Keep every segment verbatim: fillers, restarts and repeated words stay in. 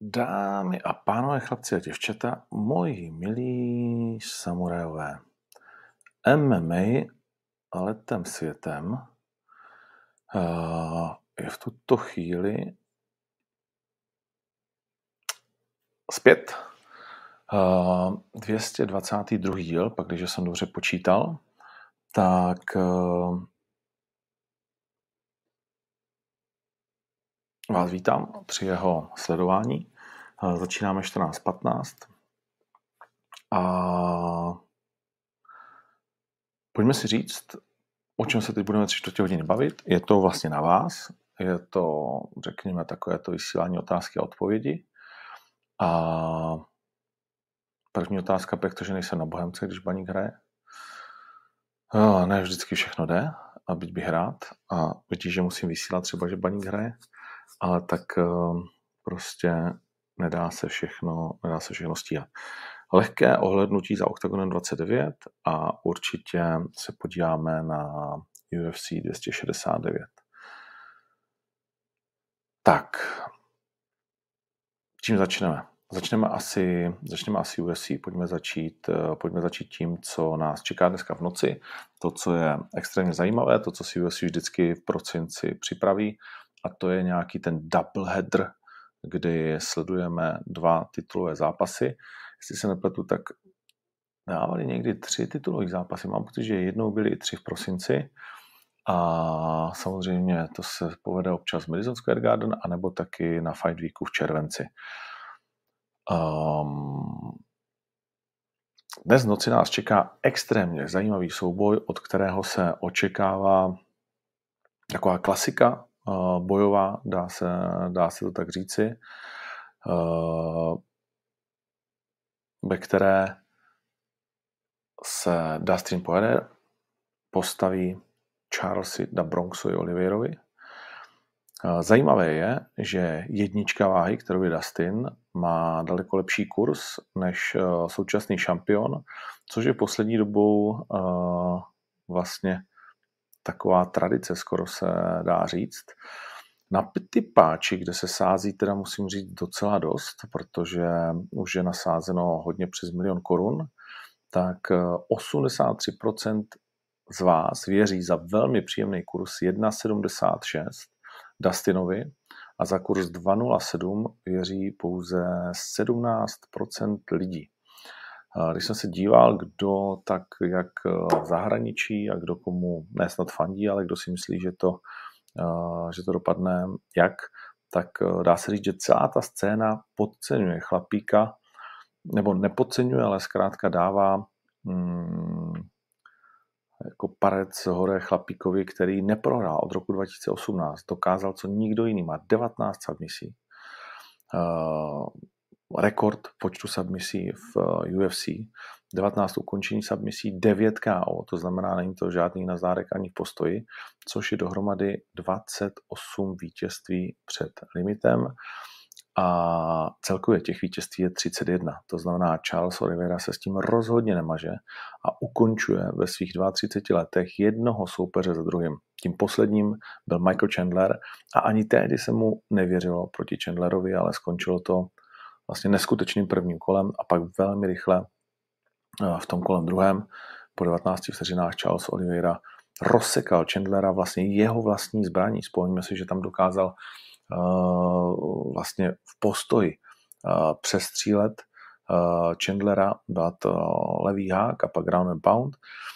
Dámy a pánové, chlapci a děvčata, moji milí samurajové, M M A letem světem uh, je v tuto chvíli zpět. Uh, dvě stě dvacátý druhý díl, pak když jsem dobře počítal, tak uh, vás vítám při jeho sledování. Uh, začínáme čtrnáct patnáct a pojďme si říct, o čem se teď budeme tři čtvrtě hodiny bavit. Je to vlastně na vás. Je to, řekněme, takové to vysílání otázky a odpovědi. A první otázka, jak to, že nejsem na Bohemce, když Baník hraje. No, ne vždycky všechno jde, a byť bych rád. A vidíš, že musím vysílat třeba, že Baník hraje. Ale tak prostě nedá se všechno, nedá se všechno stíhat. Lehké ohlédnutí za Oktagonem dvacet devět a určitě se podíváme na U F C dvě stě šedesát devět. Tak, čím začneme? Začneme asi, začneme asi U F C. Pojďme začít, pojďme začít tím, co nás čeká dneska v noci. To, co je extrémně zajímavé, to, co si U F C vždycky v prosinci připraví, a to je nějaký ten doubleheader, kdy sledujeme dva titulové zápasy. Jestli se nepletu, tak dávali někdy tři titulové zápasy. Mám pocit, že jednou byly i tři v prosinci. A samozřejmě to se povede občas v Madison Square Garden, anebo taky na Fight Weeku v červenci. Um, dnes v noci nás čeká extrémně zajímavý souboj, od kterého se očekává taková klasika uh, bojová, dá se, dá se to tak říci, uh, ve které se Dustin Poirier postaví Charlesi da Bronxovi Oliveiraovi. Zajímavé je, že jednička váhy, kterou je Dustin, má daleko lepší kurz než současný šampion, což je poslední dobou uh, vlastně taková tradice, skoro se dá říct. Na ty páči, kde se sází, teda musím říct docela dost, protože už je nasázeno hodně přes milion korun, tak osmdesát tři procent z vás věří za velmi příjemný kurz jedna sedmdesát šest Dustinovi a za kurz dva nula sedm věří pouze sedmnáct procent lidí. Když jsem se díval, kdo tak jak v zahraničí a kdo komu ne snad fandí, ale kdo si myslí, že to, že to dopadne jak, tak dá se říct, že celá ta scéna podceňuje chlapíka, nebo nepodceňuje, ale zkrátka dává hmm, jako parec hore chlapíkovi, který neprohrál od roku dva tisíce osmnáct. Dokázal, co nikdo jiný. Má devatenáct submisí. Uh, rekord počtu submisí v U F C. devatenáct ukončení submisí, devět K O. To znamená, není to žádný nazdárek ani v postoji, což je dohromady dvacet osm vítězství před limitem. A celkově těch vítězství je třicet jedna. To znamená, Charles Oliveira se s tím rozhodně nemaže a ukončuje ve svých třiceti dvou letech jednoho soupeře za druhým. Tím posledním byl Michael Chandler a ani tehdy se mu nevěřilo proti Chandlerovi, ale skončilo to vlastně neskutečným prvním kolem a pak velmi rychle v tom kolem druhém po devatenácti vteřinách Charles Oliveira rozsekal Chandlera vlastně jeho vlastní zbraní. Vzpomeňme si, že tam dokázal Uh, vlastně v postoji uh, přestřílet uh, Chandlera, byla to levý hák a pak ground and pound.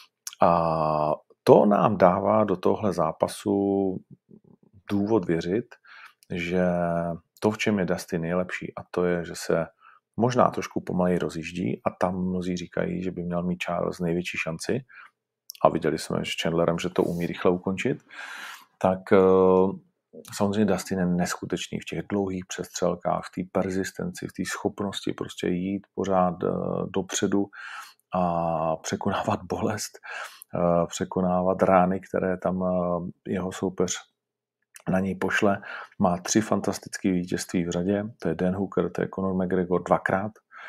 A to nám dává do tohle zápasu důvod věřit, že to, v čem je Dustin nejlepší, a to je, že se možná trošku pomaleji rozjíždí a tam mnozí říkají, že by měl mít Charles největší šanci a viděli jsme s Chandlerem, že to umí rychle ukončit, tak uh, samozřejmě Dustin je neskutečný v těch dlouhých přestřelkách, v té persistenci, v té schopnosti prostě jít pořád dopředu a překonávat bolest, překonávat rány, které tam jeho soupeř na něj pošle. Má tři fantastické vítězství v řadě, to je Dan Hooker, to je Conor McGregor dvakrát.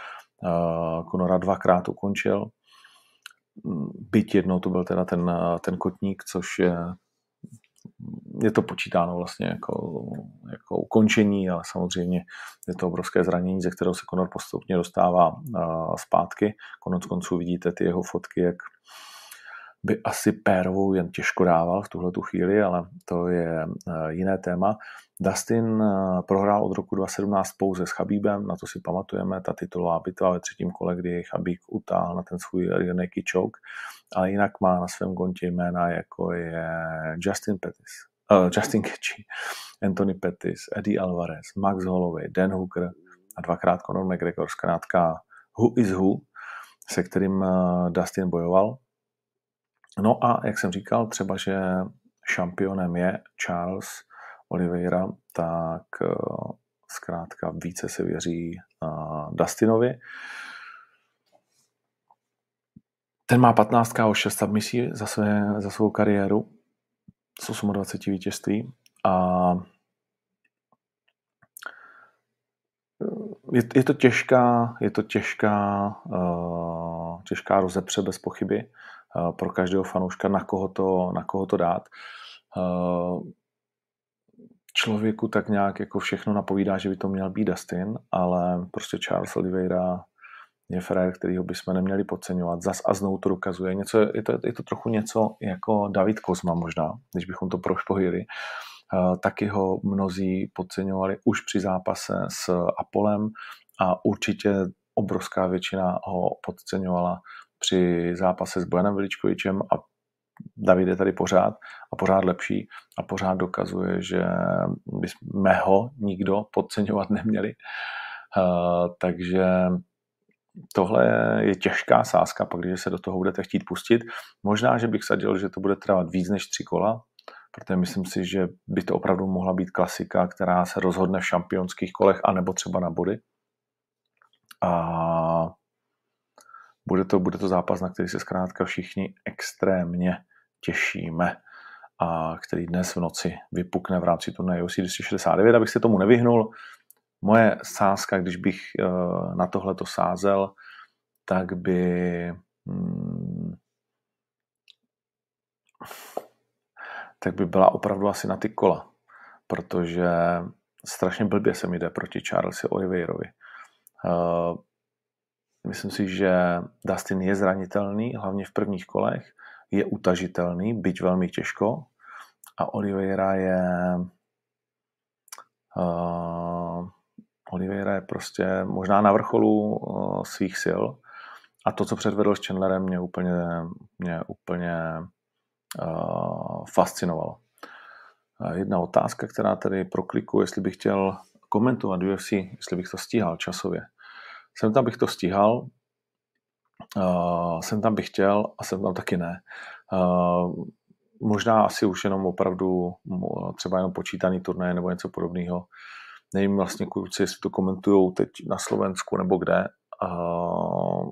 Conora dvakrát ukončil. Byť jednou to byl teda ten, ten kotník, což je je to počítáno vlastně jako, jako ukončení, ale samozřejmě je to obrovské zranění, ze kterého se Conor postupně dostává zpátky. Konec konců vidíte ty jeho fotky, jak by asi pérovou jen těžko dával v tuhletu chvíli, ale to je jiné téma. Dustin prohrál od roku dva tisíce sedmnáct pouze s Chabíbem, na to si pamatujeme, ta titulová bitva ve třetím kole, kdy Chabíb utáhl na ten svůj rear naked choke, ale jinak má na svém kontě jména, jako je Justin Pettis, uh, Justin Gaethje, Anthony Pettis, Eddie Alvarez, Max Holloway, Dan Hooker a dvakrát Conor McGregor, zkrátka who is who, se kterým Dustin bojoval. No a jak jsem říkal, třeba, že šampionem je Charles Oliveira, tak zkrátka více se věří Dustinovi. Ten má patnáct ká ó šest submisí za, své, za svou kariéru z dvacet osm vítězství a je, je to těžká, je to těžká, uh, těžká rozepře bez pochyby uh, pro každého fanouška, na koho to, na koho to dát. Uh, člověku tak nějak jako všechno napovídá, že by to měl být Dustin, ale prostě Charles Oliveira je frajer, kterýho bychom neměli podceňovat. Zas a znovu to dokazuje. Něco, je, to, je to trochu něco jako David Kozma možná, když bychom to prošpojili. Uh, taky ho mnozí podceňovali už při zápase s Apolem a určitě obrovská většina ho podceňovala při zápase s Bojanem Veličkovičem a David je tady pořád a pořád lepší a pořád dokazuje, že bychom ho nikdo podceňovat neměli. Uh, takže tohle je těžká sázka, pak když se do toho budete chtít pustit. Možná, že bych sadil, že to bude trvat víc než tři kola, protože myslím si, že by to opravdu mohla být klasika, která se rozhodne v šampionských kolech, anebo třeba na body. A bude to, bude to zápas, na který se zkrátka všichni extrémně těšíme a který dnes v noci vypukne v rámci turnaje U F C dvě stě šedesát devět. Abych se tomu nevyhnul, moje sázka, když bych na tohle to sázel, tak by hmm, tak by byla opravdu asi na ty kola, protože strašně blbě se mi jde proti Charlesi Oliveirovi. Uh, myslím si, že Dustin je zranitelný, hlavně v prvních kolech, je utažitelný, byť velmi těžko, a Oliveira je uh, Oliveira je prostě možná na vrcholu uh, svých sil a to, co předvedl s Chandlerem, mě úplně, mě úplně uh, fascinovalo. Uh, jedna otázka, která tady proklikuje, jestli bych chtěl komentovat U F C, jestli bych to stíhal časově. Jsem tam bych to stíhal, uh, jsem tam bych chtěl a jsem tam taky ne. Uh, možná asi už jenom opravdu třeba jenom počítaný turnaje nebo něco podobného. Nevím vlastně, kluci, jestli to komentujou teď na Slovensku nebo kde. Uh,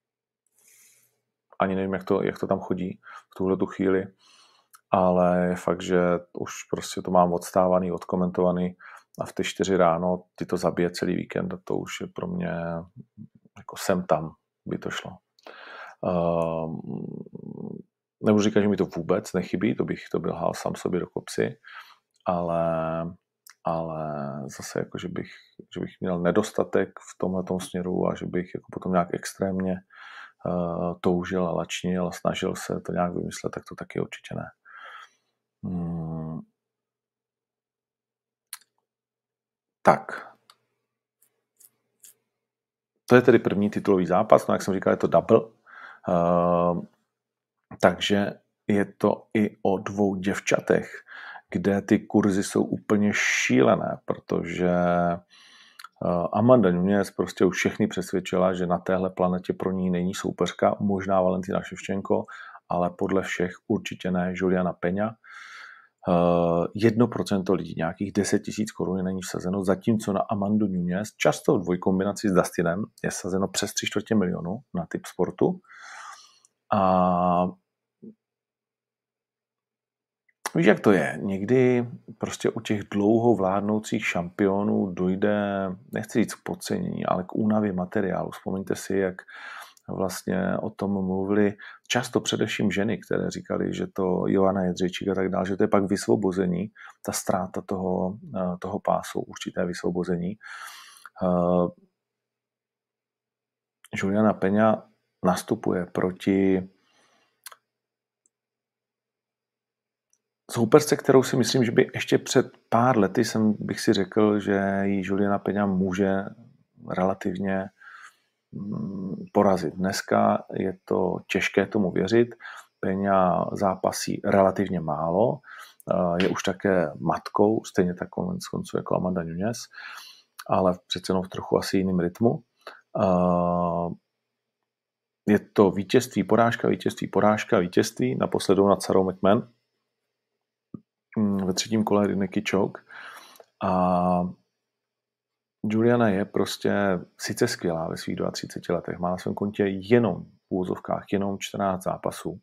ani nevím, jak to, jak to tam chodí v tuhle tu chvíli. Ale je fakt, že už prostě to mám odstávaný, odkomentovaný a v ty čtyři ráno ty to zabije celý víkend a to už je pro mě jako sem tam by to šlo. Uh, nebudu říkat, že mi to vůbec nechybí, to bych to byl hál sám sobě do kopsy, ale ale zase jako, že bych, že bych měl nedostatek v tomhletom směru a že bych jako potom nějak extrémně uh, toužil a lačnil a snažil se to nějak vymyslet, tak to taky určitě ne. Hmm. Tak. To je tedy první titulový zápas, no jak jsem říkal, je to double, uh, takže je to i o dvou děvčatech, kde ty kurzy jsou úplně šílené, protože Amanda Nunes prostě už všechny přesvědčila, že na téhle planetě pro ní není soupeřka, možná Valentina Ševčenko, ale podle všech určitě ne Juliana Peňa. Jedno procento lidí, nějakých deset tisíc korun není vsazeno, zatímco na Amandu Nunes, často v dvojkombinaci s Dustinem, je sazeno přes tři čtvrtě milionu na typ sportu. A víš, jak to je? Někdy prostě u těch dlouho vládnoucích šampionů dojde, nechci říct k podcenění, ale k únavě materiálu. Vzpomeňte si, jak vlastně o tom mluvili často především ženy, které říkali, že to Johana Jedřičík a tak dále, že to je pak vysvobození, ta ztráta toho, toho pásu, určité vysvobození. Juliana Peña nastupuje proti soupeřce, kterou si myslím, že by ještě před pár lety jsem bych si řekl, že ji Juliana Peña může relativně porazit. Dneska je to těžké tomu věřit. Peña zápasí relativně málo, je už také matkou, stejně tak konec konců jako Amanda Nunes, ale přece jenom v trochu asi jiným rytmu. Je to vítězství, porážka, vítězství, porážka, vítězství, naposledu nad Sarou McMahon ve třetím kole Nikki Choke. A Juliana je prostě sice skvělá ve svých třiceti dvou letech, má na svém kontě jenom v úvozovkách, jenom čtrnáct zápasů,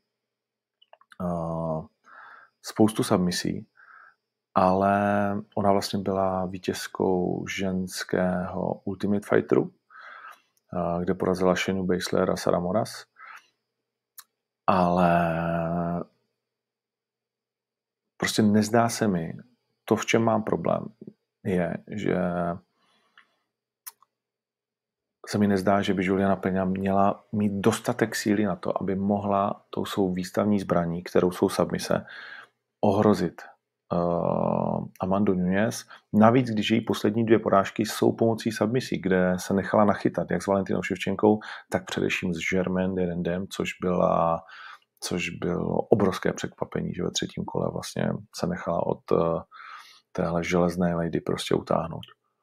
spoustu submisí, ale ona vlastně byla vítězkou ženského Ultimate Fighteru, kde porazila Shaynu Baszler a Sarah Moras. Ale prostě nezdá se mi, to, v čem mám problém, je, že se mi nezdá, že by Juliana Peña měla mít dostatek síly na to, aby mohla tou svou výstavní zbraní, kterou jsou submise, ohrozit uh, Amandu Nunes. Navíc, když její poslední dvě porážky jsou pomocí submisí, kde se nechala nachytat, jak s Valentinou Ševčenkou, tak především s Germaine de Randam, což byla což bylo obrovské překvapení, že ve třetím kole vlastně se nechala od uh, téhle železné lady prostě utáhnout.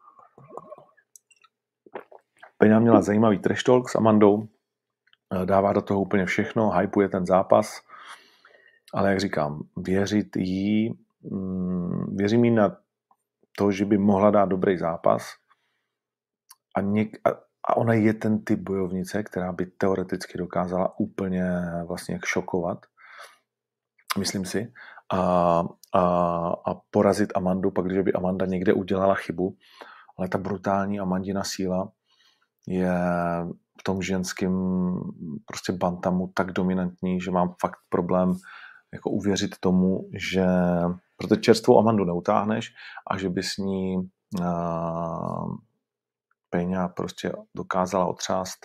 Peňa měla zajímavý trash talk s Amandou, dává do toho úplně všechno, hypuje ten zápas, ale jak říkám, věřit jí, věřím jí na to, že by mohla dát dobrý zápas a, něk, a, a ona je ten typ bojovnice, která by teoreticky dokázala úplně vlastně šokovat, myslím si, a, a, a porazit Amandu, pak když by Amanda někde udělala chybu, ale ta brutální Amandina síla je v tom ženském prostě bantamu tak dominantní, že mám fakt problém jako uvěřit tomu, že proto čerstvou Amandu neutáhneš a že by s ní uh, Peña prostě dokázala otřást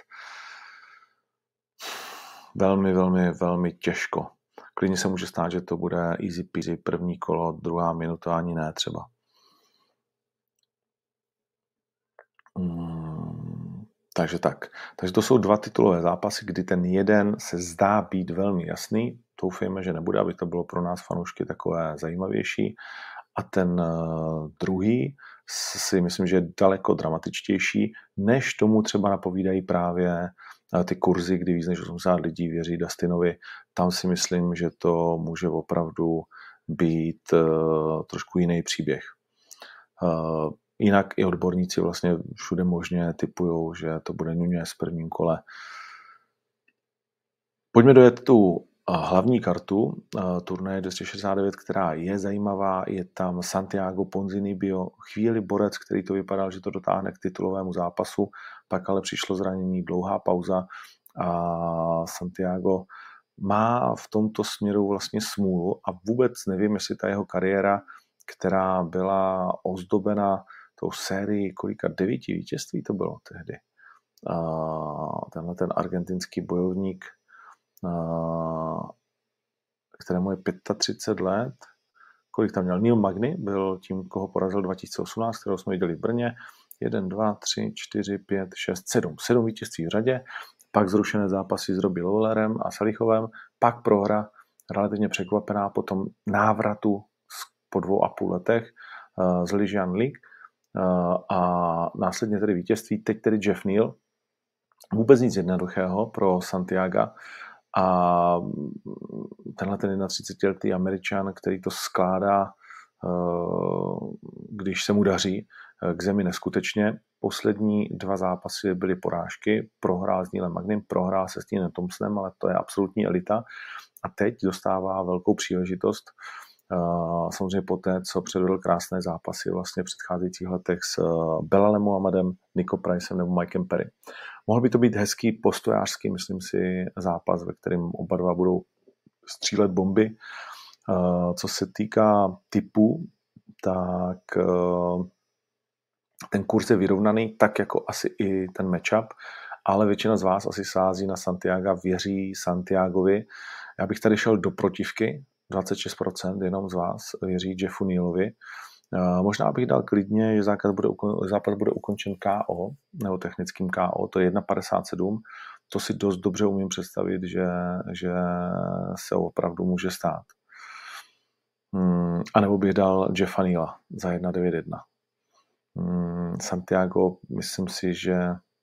velmi, velmi, velmi těžko. Klidně se může stát, že to bude easy peasy, první kolo, druhá minuta, ani ne třeba. Hmm, takže tak. Takže to jsou dva titulové zápasy, kdy ten jeden se zdá být velmi jasný. Doufejme, že nebude, aby to bylo pro nás fanoušky takové zajímavější. A ten uh, druhý si myslím, že je daleko dramatičtější, než tomu třeba napovídají právě uh, ty kurzy, kdy víc než osmdesát lidí věří Dustinovi. Tam si myslím, že to může opravdu být uh, trošku jiný příběh. Uh, Jinak i odborníci vlastně všude možně tipujou, že to bude Nunes v prvním kole. Pojďme dojet tu hlavní kartu turnaje dvě stě šedesát devět, která je zajímavá. Je tam Santiago Ponzinibbio, chvíli borec, který to vypadal, že to dotáhne k titulovému zápasu, pak ale přišlo zranění, dlouhá pauza a Santiago má v tomto směru vlastně smůlu a vůbec nevím, jestli ta jeho kariéra, která byla ozdobena tou sérii kolika devíti vítězství to bylo tehdy. Uh, tenhle ten argentinský bojovník, uh, kterému je třicet pět let, kolik tam měl? Neil Magny byl tím, koho porazil dva tisíce osmnáct, kterého jsme viděli v Brně. Jeden, dva, tři, čtyři, pět, šest, sedm. Sedm vítězství v řadě, pak zrušené zápasy s Robbie Lawlerem a Salichovem, pak prohra relativně překvapená po tom návratu po dvou a půl letech uh, z Lijian League. A následně tedy vítězství, teď tedy Jeff Neal. Vůbec nic jednoduchého pro Santiaga a tenhle ten třicetiletý Američan, který to skládá, když se mu daří, k zemi neskutečně. Poslední dva zápasy byly porážky, prohrál s Neilem Magnym, prohrál se s Stevenem Thompsonem, ale to je absolutní elita a teď dostává velkou příležitost. Uh, samozřejmě poté, co předvedl krásné zápasy vlastně v předcházejících letech s uh, Belalem Muhammadem, Nico Pricem nebo Mikem Perry. Mohl by to být hezký postojářský, myslím si, zápas, ve kterém oba dva budou střílet bomby. Co se týká typu, tak ten kurz je vyrovnaný, tak jako asi i ten matchup, ale většina z vás asi sází na Santiaga, věří Santiagovi. Já bych tady šel do protivky, dvacet šest procent jenom z vás věří Jeffu Nealovi. Možná bych dal klidně, že zápas bude, zápas bude ukončen K O, nebo technickým K O, to je jedna padesát sedm. To si dost dobře umím představit, že, že se opravdu může stát. Hmm, a nebo bych dal Jeffa Neala za jedna devět jedna. Hmm, Santiago, myslím si, že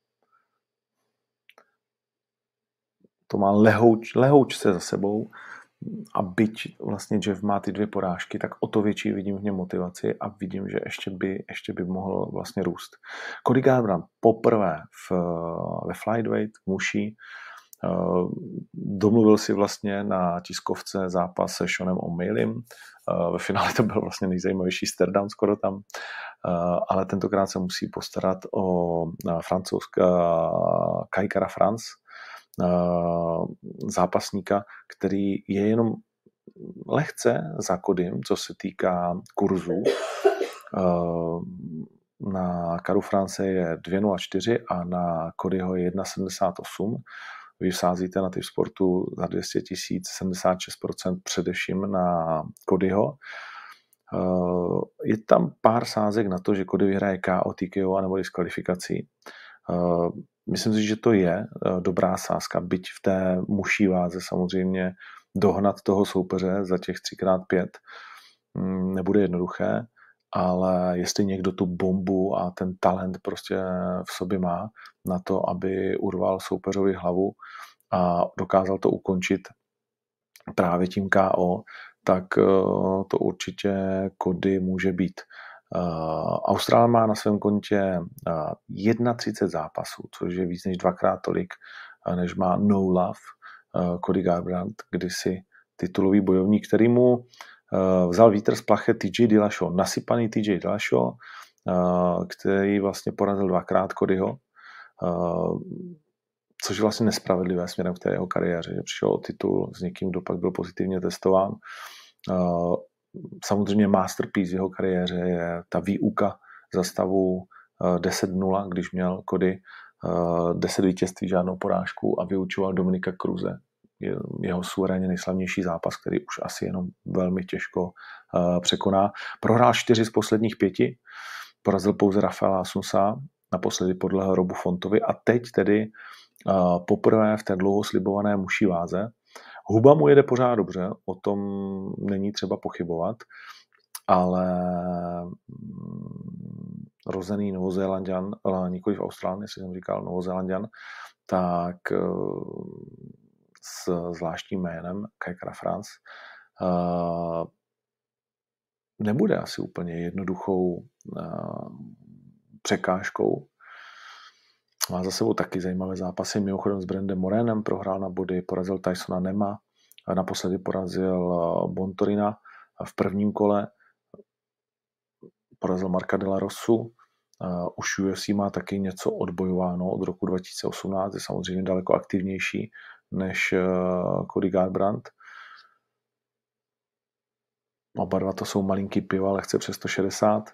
to má lehouč, lehoučce za sebou a byť vlastně Jeff má ty dvě porážky, tak o to větší vidím v něm motivaci a vidím, že ještě by, ještě by mohl vlastně růst. Cody Garbrandt poprvé v, ve flyweight v muší domluvil si vlastně na tiskovce zápas se Seanem O'Malley. Ve finále to byl vlastně nejzajímavější staredown skoro tam, ale tentokrát se musí postarat o francouzská Kai Kara-France, zápasníka, který je jenom lehce za Codym, co se týká kurzu. Na Karu France je dvě nula čtyři a na Codyho je jedna sedmdesát osm. Vy sázíte na typ sportu za dvě stě tisíc, sedmdesát šest procent především na Codyho. Je tam pár sázek na to, že Cody vyhraje K O, T K O nebo diskvalifikací. Myslím si, že to je dobrá sázka, byť v té muší váze samozřejmě dohnat toho soupeře za těch tři krát pět nebude jednoduché, ale jestli někdo tu bombu a ten talent prostě v sobě má na to, aby urval soupeřovi hlavu a dokázal to ukončit právě tím K O, tak to určitě Cody může být. Austrál má na svém kontě třicet jedna zápasů, což je víc než dvakrát tolik, než má No Love Cody Garbrandt, kdysi titulový bojovník, který mu vzal vítr z plachet T J Dillashaw, nasypaný T J Dillashaw, který vlastně porazil dvakrát Codyho, což je vlastně nespravedlivé směrem v té jeho kariéře, že přišel o titul s někým, kdo pak byl pozitivně testován. Samozřejmě masterpiece v jeho kariéře je ta výuka za stavu deset nula, když měl Cody deset vítězství, žádnou porážku a vyučoval Dominika Cruze. Jeho suverénně nejslavnější zápas, který už asi jenom velmi těžko překoná. Prohrál čtyři z posledních pěti, porazil pouze Rafaela Asusa, naposledy podlehl Robu Fontovi a teď tedy poprvé v té dlouho slibované muší váze. Huba mu jede pořád dobře, o tom není třeba pochybovat, ale rozený Novozélanďan, nikoliv Austrálně, jestli jsem říkal Novozélanďan, tak s zvláštním jménem Kai Kara-France nebude asi úplně jednoduchou překážkou. Má za sebou taky zajímavé zápasy. Mimochodem s Brandem Morenem prohrál na body, porazil Tysona Nema, naposledy porazil Bontorina v prvním kole, porazil Marka de la Rossu. Už U F C má taky něco odbojováno od roku dva tisíce osmnáct, je samozřejmě daleko aktivnější než Cody Garbrandt. Oba dva to jsou malinký piva, lehce přes sto šedesát.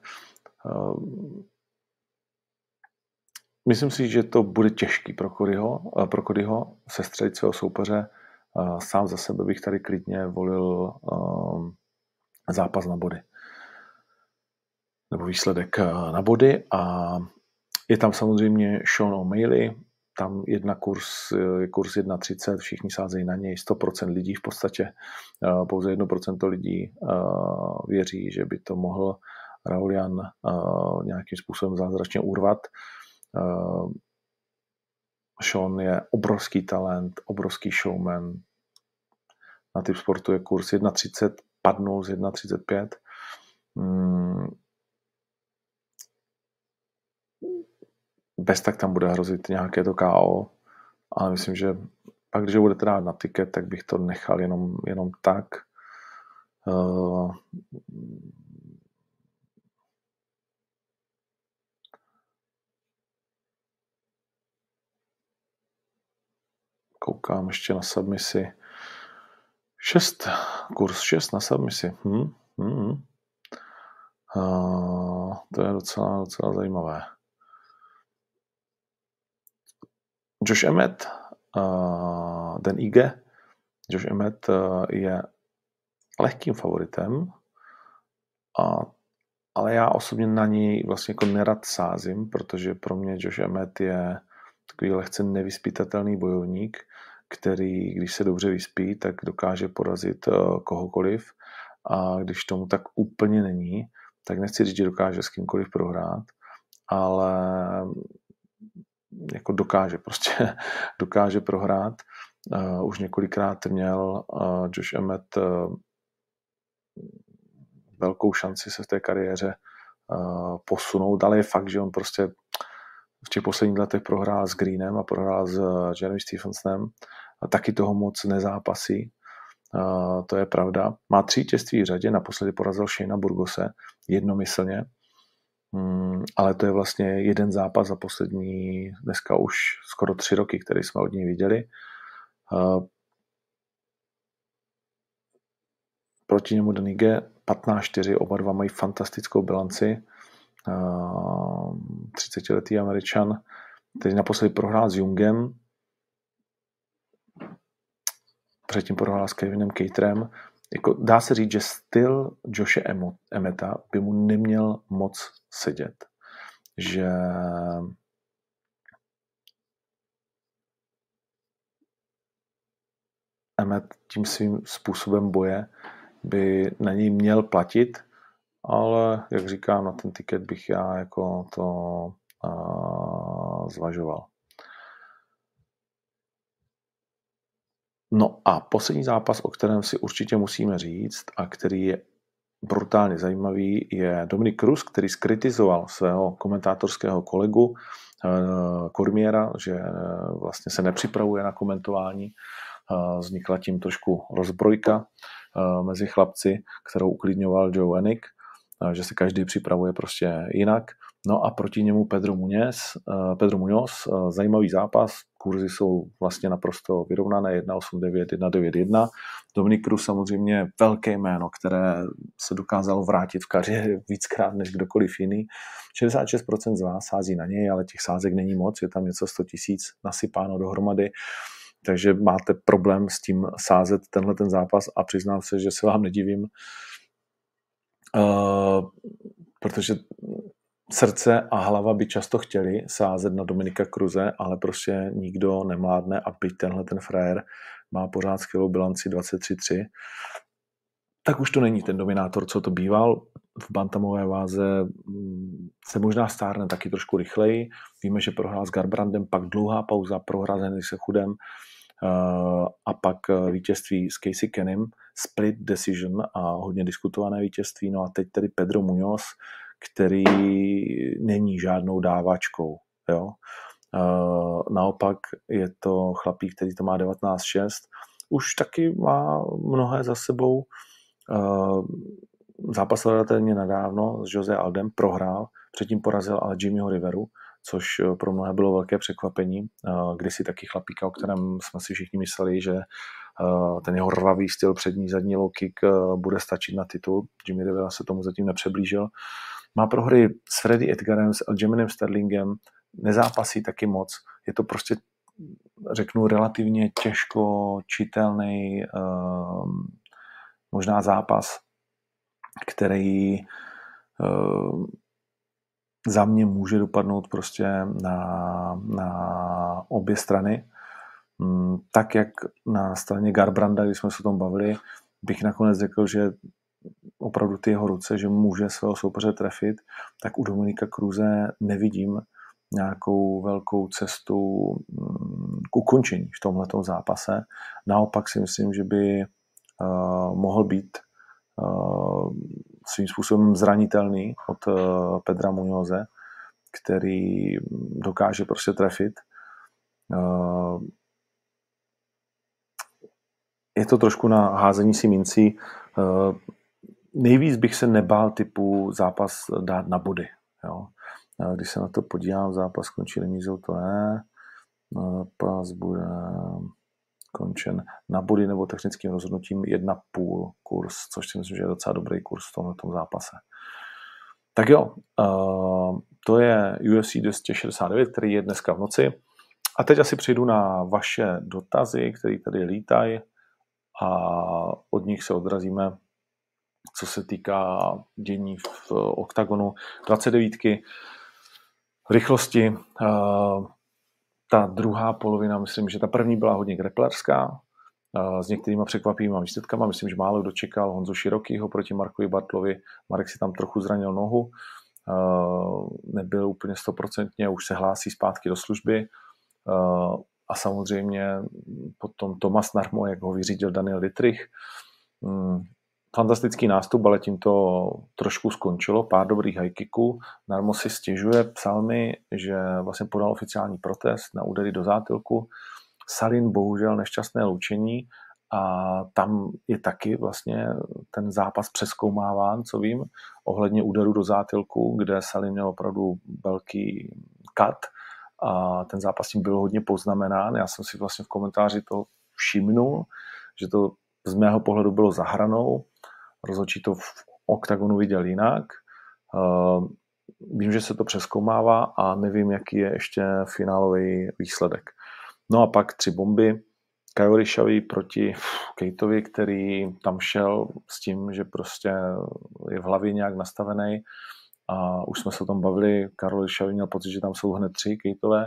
Myslím si, že to bude těžký pro Codyho, pro Codyho sestřelit svého soupeře. Sám za sebe bych tady klidně volil zápas na body. Nebo výsledek na body. A je tam samozřejmě Sean O'Malley, tam jedna kurz, je kurz jedna třicet, všichni sázejí na něj, sto procent lidí v podstatě, pouze jedno procento lidí věří, že by to mohl Raulian nějakým způsobem zázračně urvat. Sean je obrovský talent, obrovský showman. Na typ sportu je kurz jedna třicet, padnul z jedna třicet pět. Bez tak tam bude hrozit nějaké to K O, ale myslím, že pak, když ho budete dát na tiket, tak bych to nechal jenom, jenom tak. Uh, koukám ještě na submisi. šest, kurz šest na submisi. Hm, hm. Uh, to je docela, docela zajímavé. Josh Emmett, uh, Den Ige. Josh Emmett uh, je lehkým favoritem, a, ale já osobně na něj vlastně jako nerad sázím, protože pro mě Josh Emmett je takový lehce nevyspytatelný bojovník, který, když se dobře vyspí, tak dokáže porazit uh, kohokoliv, a když tomu tak úplně není, tak nechci říct, že dokáže s kýmkoliv prohrát, ale jako dokáže prostě dokáže prohrát. Uh, už několikrát měl uh, Josh Emmett uh, velkou šanci se v té kariéře uh, posunout, ale je fakt, že on prostě v těch posledních letech prohrál s Greenem a prohrál s uh, Jeremy Stephensonem a taky toho moc nezápasí. Uh, to je pravda. Má tři vítězství v řadě, naposledy porazil Shayna Burgose jednomyslně, um, ale to je vlastně jeden zápas za poslední dneska už skoro tři roky, který jsme od něj viděli. Uh, proti němu Den Ige patnáct čtyři, oba dva mají fantastickou bilanci. Uh, třicetiletý Američan, který naposledy prohrál s Jungem, předtím prohrál s Kevinem Caterem. Jako dá se říct, že styl Joshe Emmetta by mu neměl moc sedět. Že Emmett tím svým způsobem boje by na něj měl platit, ale jak říkám, na ten tiket bych já jako to uh, zvažoval. No a poslední zápas, o kterém si určitě musíme říct a který je brutálně zajímavý, je Dominick Cruz, který skritizoval svého komentátorského kolegu uh, Cormiera, že vlastně se nepřipravuje na komentování. Uh, vznikla tím trošku rozbrojka uh, mezi chlapci, kterou uklidňoval Joe Enick, uh, že se každý připravuje prostě jinak. No a proti němu Pedro Muñoz, uh, Pedro Muñoz, uh, zajímavý zápas, kurzy jsou vlastně naprosto vyrovnané, jedna osm devět, jedna devět jedna. Dominick Cruz samozřejmě velké jméno, které se dokázalo vrátit v kariéře víckrát než kdokoliv jiný. šedesát šest procent z vás sází na něj, ale těch sázek není moc, je tam něco sto tisíc nasypáno dohromady, takže máte problém s tím sázet tenhle ten zápas a přiznám se, že se vám nedivím, uh, protože srdce a hlava by často chtěli sázet na Dominika Cruze, ale prostě nikdo nemládne a byť tenhle ten frajer má pořád skvělou bilanci dvacet tři tři, tak už to není ten dominátor, co to býval. V bantamové váze se možná stárne taky trošku rychleji. Víme, že prohrál s Garbrandem, pak dlouhá pauza, prohrál s Henry Sechudem a pak vítězství s Casey Kennym, split decision a hodně diskutované vítězství. No a teď tedy Pedro Muñoz, který není žádnou dávačkou. Jo? Naopak je to chlapík, který to má devatenáct šest. Už taky má mnohé za sebou. Zápasil relativně nedávno s Jose Aldem, prohrál, předtím porazil ale Jimmyho Riveru, což pro mnohé bylo velké překvapení. Kdysi taky chlapíka, o kterém jsme si všichni mysleli, že ten jeho rvavý styl přední zadní low kick bude stačit na titul. Jimmy Rivera se tomu zatím nepřiblížil. Má prohry s Freddy Edgarem, s Aljaminem Sterlingem, nezápasí taky moc. Je to prostě, řeknu, relativně těžko čitelný um, možná zápas, který um, za mě může dopadnout prostě na, na obě strany. Um, tak jak na straně Garbranda, když jsme se o tom bavili, bych nakonec řekl, že opravdu ty jeho ruce, že může svého soupeře trefit, tak u Dominika Cruze nevidím nějakou velkou cestu k ukončení v tomhletom zápase. Naopak si myslím, že by uh, mohl být uh, svým způsobem zranitelný od uh, Pedra Muñoze, který dokáže prostě trefit. Uh, je to trošku na házení si mincí. Uh, nejvíc bych se nebál typu zápas dát na body. Jo. Když se na to podívám, zápas skončí remízou, to ne. Zápas bude skončen na body nebo technickým rozhodnutím jedna celá pět kurz, což si myslím, že je docela dobrý kurz v tomto zápase. Tak jo, uh, to je U F C dvě stě šedesát devět, který je dneska v noci. A teď asi přijdu na vaše dotazy, které tady lítají a od nich se odrazíme, co se týká dění v oktagonu dvacet devět. V rychlosti uh, ta druhá polovina, myslím, že ta první byla hodně greplerská, uh, s některýma překvapivýma výsledkama. Myslím, že málo kdo čekal Honzu Širokýho proti Markovi Bartlovi. Marek si tam trochu zranil nohu, uh, nebyl úplně stoprocentně, už se hlásí zpátky do služby. Uh, a samozřejmě potom Tomas Narmo, jak ho vyřídil Daniel Dietrich. Um, Fantastický nástup, ale tím to trošku skončilo. Pár dobrých high kicků. Narmo si stěžuje, psal mi, že vlastně podal oficiální protest na údery do zátilku. Salin bohužel nešťastné loučení a tam je taky vlastně ten zápas přezkoumáván, co vím, ohledně úderu do zátilku, kde Salin měl opravdu velký cut a ten zápas tím byl hodně poznamenán. Já jsem si vlastně v komentáři to všimnul, že to z mého pohledu bylo za hranou. Rozhodčí to v oktagonu viděl jinak. Vím, že se to přezkoumává a nevím, jaký je ještě finálový výsledek. No a pak tři bomby. Kajorishavi proti Kejtovi, který tam šel s tím, že prostě je v hlavě nějak nastavený. A už jsme se o tom bavili. Kajorishavi měl pocit, že tam jsou hned tři Kejtové.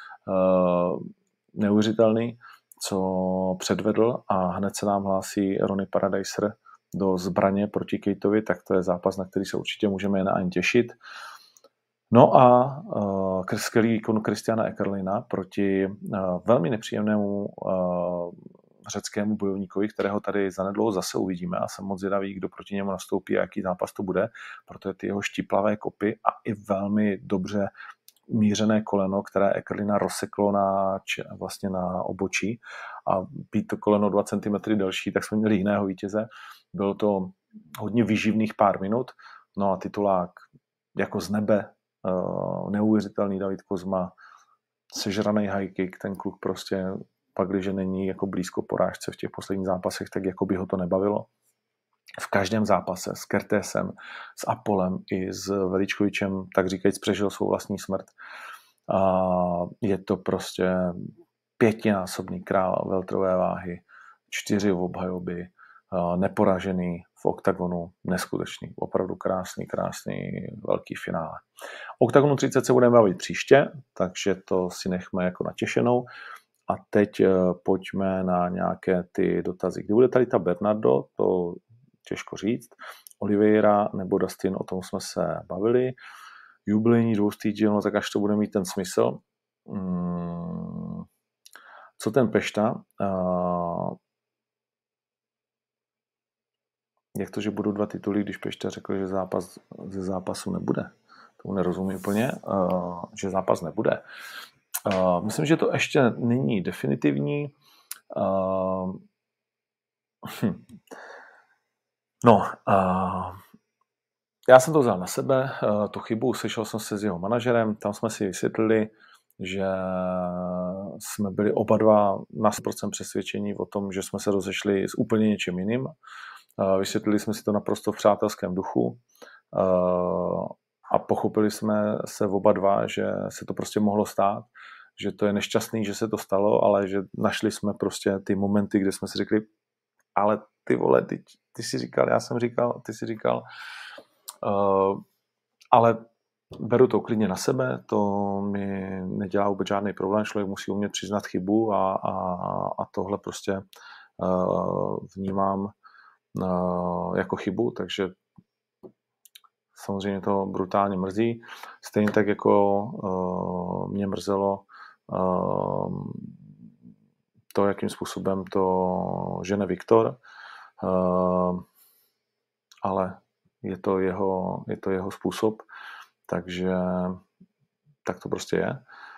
Neuvěřitelný, co předvedl a hned se nám hlásí Ronnie Paradiser do zbraně proti Kejtovi, tak to je zápas, na který se určitě můžeme jen a jen těšit. No a uh, skvělý výkon Christiana Eckerlina proti uh, velmi nepříjemnému uh, řeckému bojovníkovi, kterého tady zanedlouho zase uvidíme a jsem moc zvědavý, kdo proti němu nastoupí a jaký zápas to bude, protože ty jeho štiplavé kopy a i velmi dobře mířené koleno, které Eckerlina rozseklo na, vlastně na obočí a být to koleno dva centimetry delší, tak jsme měli jiného vítěze. Bylo to hodně výživných pár minut, no a titulák jako z nebe, uh, neuvěřitelný David Kozma, sežraný high kick, ten kluk prostě pak, když není jako blízko porážce v těch posledních zápasech, tak jako by ho to nebavilo. V každém zápase s Kertésem, s Apolem i s Veličkovičem, tak říkajíc, přežil svou vlastní smrt. A je to prostě pětinásobný král welterové váhy, čtyři obhajoby, neporažený v oktagonu, neskutečný, opravdu krásný, krásný velký finále. Oktagonu třicet se budeme bavit příště, takže to si nechme jako natěšenou. A teď pojďme na nějaké ty dotazy. Kdy bude tady ta Bernardo, to těžko říct. Oliveira nebo Dustin, o tom jsme se bavili. Jubilejní dvoustýdíl, no tak až to bude mít ten smysl. Hmm. Co ten Pešta? Uh, jak to, že budou dva tituly, když Pešta řekl, že zápas ze zápasu nebude? Tomu nerozumím úplně, uh, že zápas nebude. Uh, myslím, že to ještě není definitivní. Uh, hm. No, uh, já jsem to vzal na sebe, uh, tu chybu, sešel jsem se s jeho manažerem, tam jsme si vysvětlili, že jsme byli oba dva na sto procent přesvědčení o tom, že jsme se rozešli s úplně něčím jiným. Uh, vysvětlili jsme si to naprosto v přátelském duchu uh, a pochopili jsme se oba dva, že se to prostě mohlo stát, že to je nešťastný, že se to stalo, ale že našli jsme prostě ty momenty, kde jsme si řekli, ale ty vole, ty, ty jsi říkal, já jsem říkal, ty jsi říkal, uh, ale beru to klidně na sebe, to mi nedělá vůbec žádný problém, člověk musí umět přiznat chybu a, a, a tohle prostě uh, vnímám uh, jako chybu, takže samozřejmě to brutálně mrzí. Stejně tak jako uh, mě mrzelo uh, to, jakým způsobem to žene Viktor, uh, ale je to jeho, je to jeho způsob, takže tak to prostě je.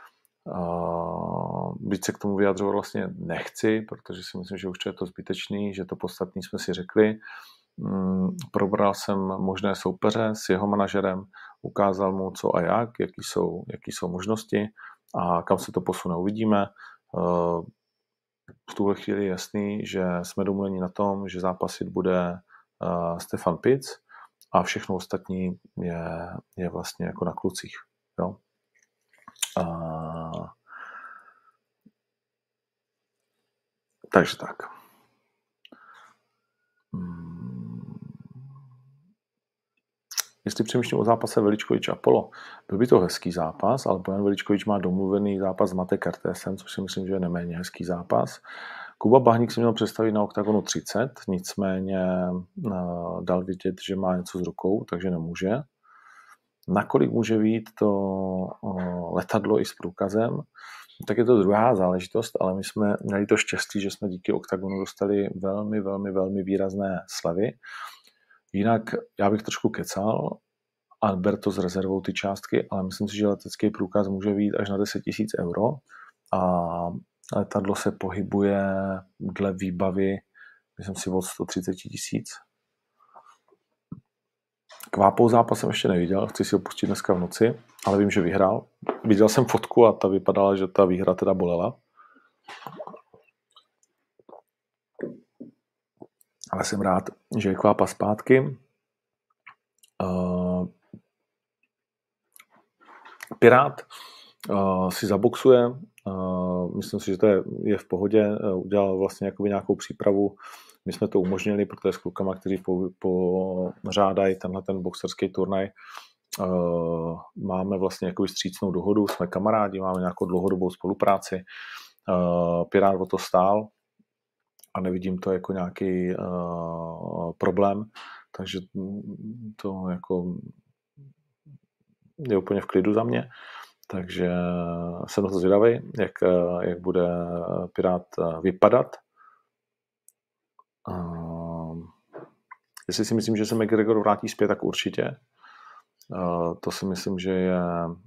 Uh, byť se k tomu vyjadřovat vlastně nechci, protože si myslím, že už to je to zbytečný, že to podstatný jsme si řekli. Um, probral jsem možné soupeře s jeho manažerem, ukázal mu co a jak, jaký jsou, jaký jsou možnosti a kam se to posune, uvidíme. Uh, v tuhle chvíli je jasný, že jsme domluveni na tom, že zápasit bude uh, Stefan Pitz a všechno ostatní je, je vlastně jako na klucích. Jo? Uh, takže tak. Hmm. Jestli přemýšlím o zápase Veličkovič Apollo, byl by to hezký zápas, ale Bojan Veličkovič má domluvený zápas s Mate Kertésem, což si myslím, že je neméně hezký zápas. Kuba Bahník si měl představit na Oktagonu třicet, nicméně uh, dal vidět, že má něco s rukou, takže nemůže. Nakolik může být to uh, letadlo i s průkazem, tak je to druhá záležitost, ale my jsme měli to štěstí, že jsme díky Oktagonu dostali velmi, velmi, velmi výrazné slevy. Jinak já bych trošku kecal a ber to s rezervou ty částky, ale myslím si, že letecký průkaz může být až na deset tisíc euro a letadlo se pohybuje dle výbavy, myslím si, od sto třicet tisíc. Kvápou zápas jsem ještě neviděl, chci si ho pustit dneska v noci, ale vím, že vyhrál. Viděl jsem fotku a ta vypadala, že ta výhra teda bolela. Ale jsem rád, že je Kvápa zpátky. Uh, Pirát uh, si zaboxuje. Uh, myslím si, že to je, je v pohodě. Uh, udělal vlastně jakoby nějakou přípravu. My jsme to umožnili, protože s klukama, kteří pořádají po tenhle ten boxerský turnaj, uh, máme vlastně jakoby střícnou dohodu. Jsme kamarádi, máme nějakou dlouhodobou spolupráci. Uh, Pirát o to stál a nevidím to jako nějaký uh, problém, takže to jako je úplně v klidu za mě, takže jsem na to zvědavý, jak, jak bude Pirát vypadat. Uh, jestli si myslím, že se McGregor vrátí zpět, tak určitě. Uh, to si myslím, že je,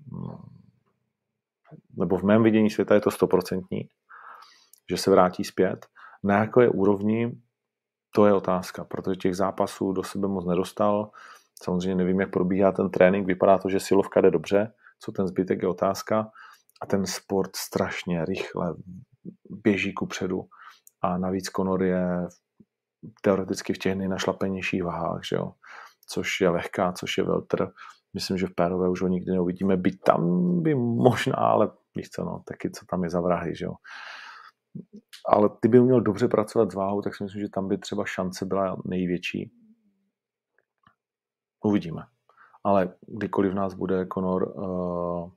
nebo v mém vidění světa je to stoprocentní, že se vrátí zpět. Na jaké úrovni, to je otázka, protože těch zápasů do sebe moc nedostal. Samozřejmě nevím, jak probíhá ten trénink, vypadá to, že silovka jde dobře, co ten zbytek je otázka. A ten sport strašně rychle běží kupředu a navíc Conor je teoreticky v těch nejnašlapenějších váhách, že jo? Což je lehká, což je welter. Myslím, že v pérové už ho nikdy neuvidíme, byť tam by možná, ale víš co, no, taky co tam je za vrahy, že jo? Ale ty by měl dobře pracovat s váhou, tak si myslím, že tam by třeba šance byla největší. Uvidíme. Ale kdykoliv nás bude Conor uh,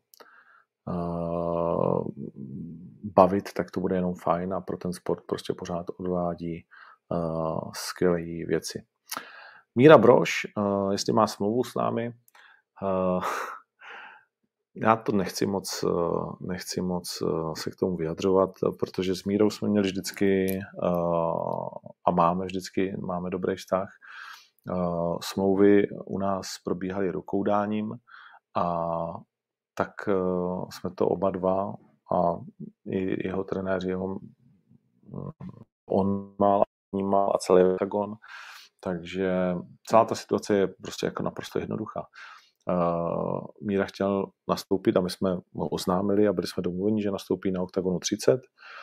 uh, bavit, tak to bude jenom fajn a pro ten sport prostě pořád odvádí uh, skvělé věci. Míra Brož, uh, jestli má smlouvu s námi, uh, já to nechci moc, nechci moc se k tomu vyjadřovat, protože s Mírou jsme měli vždycky a máme vždycky, máme dobrý vztah. Smlouvy u nás probíhaly rukoudáním a tak jsme to oba dva a i jeho trenéři, jeho, on mal, mal a celý Octagon, takže celá ta situace je prostě jako naprosto jednoduchá. Uh, Míra chtěl nastoupit a my jsme ho oznámili a byli jsme domluveni, že nastoupí na Oktagonu třicet.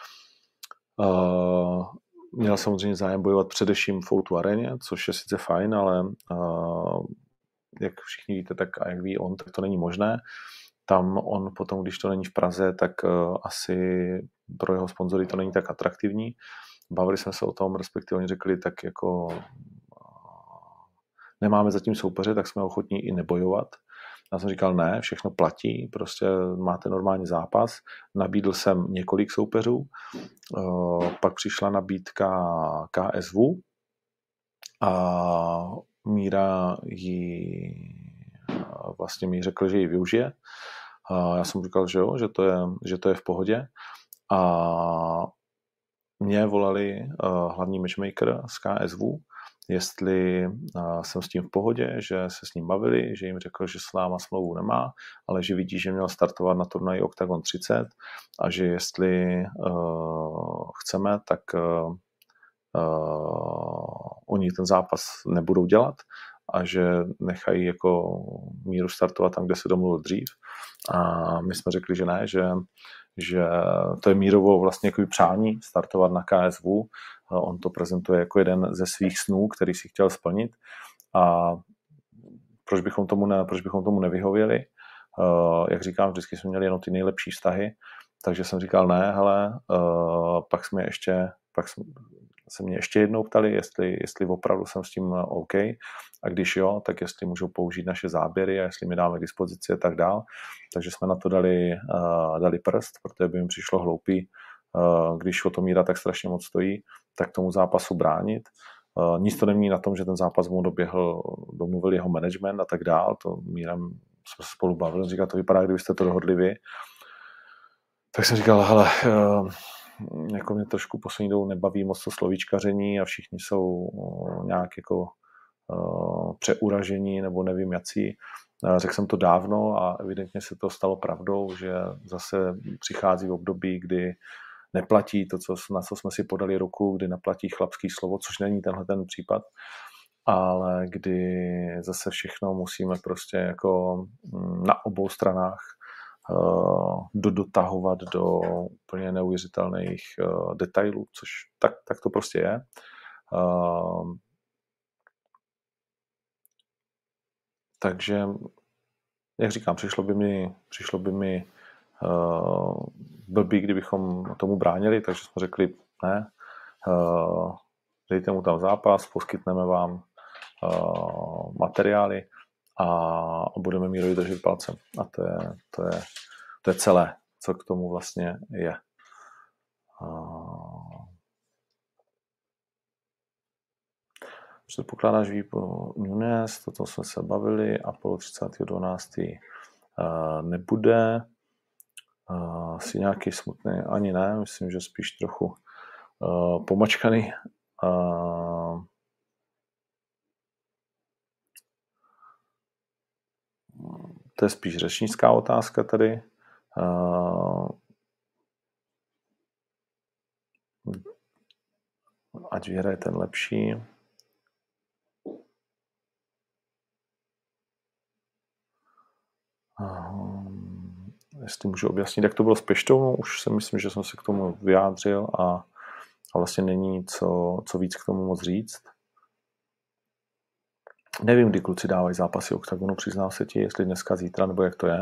Uh, měl samozřejmě zájem bojovat především v O dva aréně, což je sice fajn, ale uh, jak všichni víte, tak a jak ví on, tak to není možné. Tam on potom, když to není v Praze, tak uh, asi pro jeho sponzory to není tak atraktivní. Bavili jsme se o tom, respektive oni řekli, tak jako nemáme zatím soupeře, tak jsme ochotní i nebojovat. Já jsem říkal, ne, všechno platí, prostě máte normální zápas. Nabídl jsem několik soupeřů, pak přišla nabídka K S V a Míra ji vlastně mi řekl, že ji využije. Já jsem říkal, že jo, že to je, že to je v pohodě. A mě volali hlavní matchmaker z K S V, jestli uh, jsem s tím v pohodě, že se s ním bavili, že jim řekl, že s náma smlouvu nemá, ale že vidí, že měl startovat na turnaji Octagon třicet a že jestli uh, chceme, tak uh, uh, oni ten zápas nebudou dělat a že nechají jako Míru startovat tam, kde se domluvil dřív. A my jsme řekli, že ne, že, že to je Mírovo vlastně jako přání startovat na K S V. On to prezentuje jako jeden ze svých snů, který si chtěl splnit. A proč bychom tomu, ne, proč bychom tomu nevyhověli? Uh, jak říkám, vždycky jsme měli jenom ty nejlepší vztahy, takže jsem říkal ne, hele, uh, pak jsme ještě, pak jsme, se mě ještě jednou ptali, jestli, jestli opravdu jsem s tím OK, a když jo, tak jestli můžou použít naše záběry a jestli mi dáme k dispozici a tak dál. Takže jsme na to dali, uh, dali prst, protože by mi přišlo hloupý, uh, když o to Míra tak strašně moc stojí, tak tomu zápasu bránit. Uh, nic to nemění na tom, že ten zápas mu doběhl, domluvil jeho management a tak dál, to Mírem jsme se spolu bavili, říkal, to vypadá, kdybyste to dohodli vy. Tak jsem říkal, hele, uh, jako mě trošku poslední dobou nebaví moc to slovíčkaření a všichni jsou uh, nějak jako uh, přeuražení nebo nevím jací. Uh, řekl jsem to dávno a evidentně se to stalo pravdou, že zase přichází v období, kdy neplatí to, co, na co jsme si podali ruku, kdy neplatí chlapský slovo, což není tenhle ten případ, ale kdy zase všechno musíme prostě jako na obou stranách uh, dodotahovat do úplně neuvěřitelných uh, detailů, což tak, tak to prostě je. Uh, takže, jak říkám, přišlo by mi, přišlo by mi uh, blbý, kdybychom tomu bránili, takže jsme řekli, ne, uh, dejte mu tam zápas, poskytneme vám uh, materiály a budeme Mírovi držet palcem. A to je, to, je, to je celé, co k tomu vlastně je. Uh, Předpokládáš výpo Nunes, toto jsme se bavili, Apollo třicátého dvanáctého Uh, nebude. Uh, asi nějaký smutný, ani ne, myslím, že spíš trochu uh, pomačkaný. Uh, to je spíš řečnická otázka tady. Uh, ať vyhraje ten lepší. Uh, jestli můžu objasnit, jak to bylo s Peštou, už si myslím, že jsem se k tomu vyjádřil a, a vlastně není co, co víc k tomu moc říct. Nevím, kdy kluci dávají zápasy Oktagonu, přiznám se ti, jestli dneska, zítra, nebo jak to je.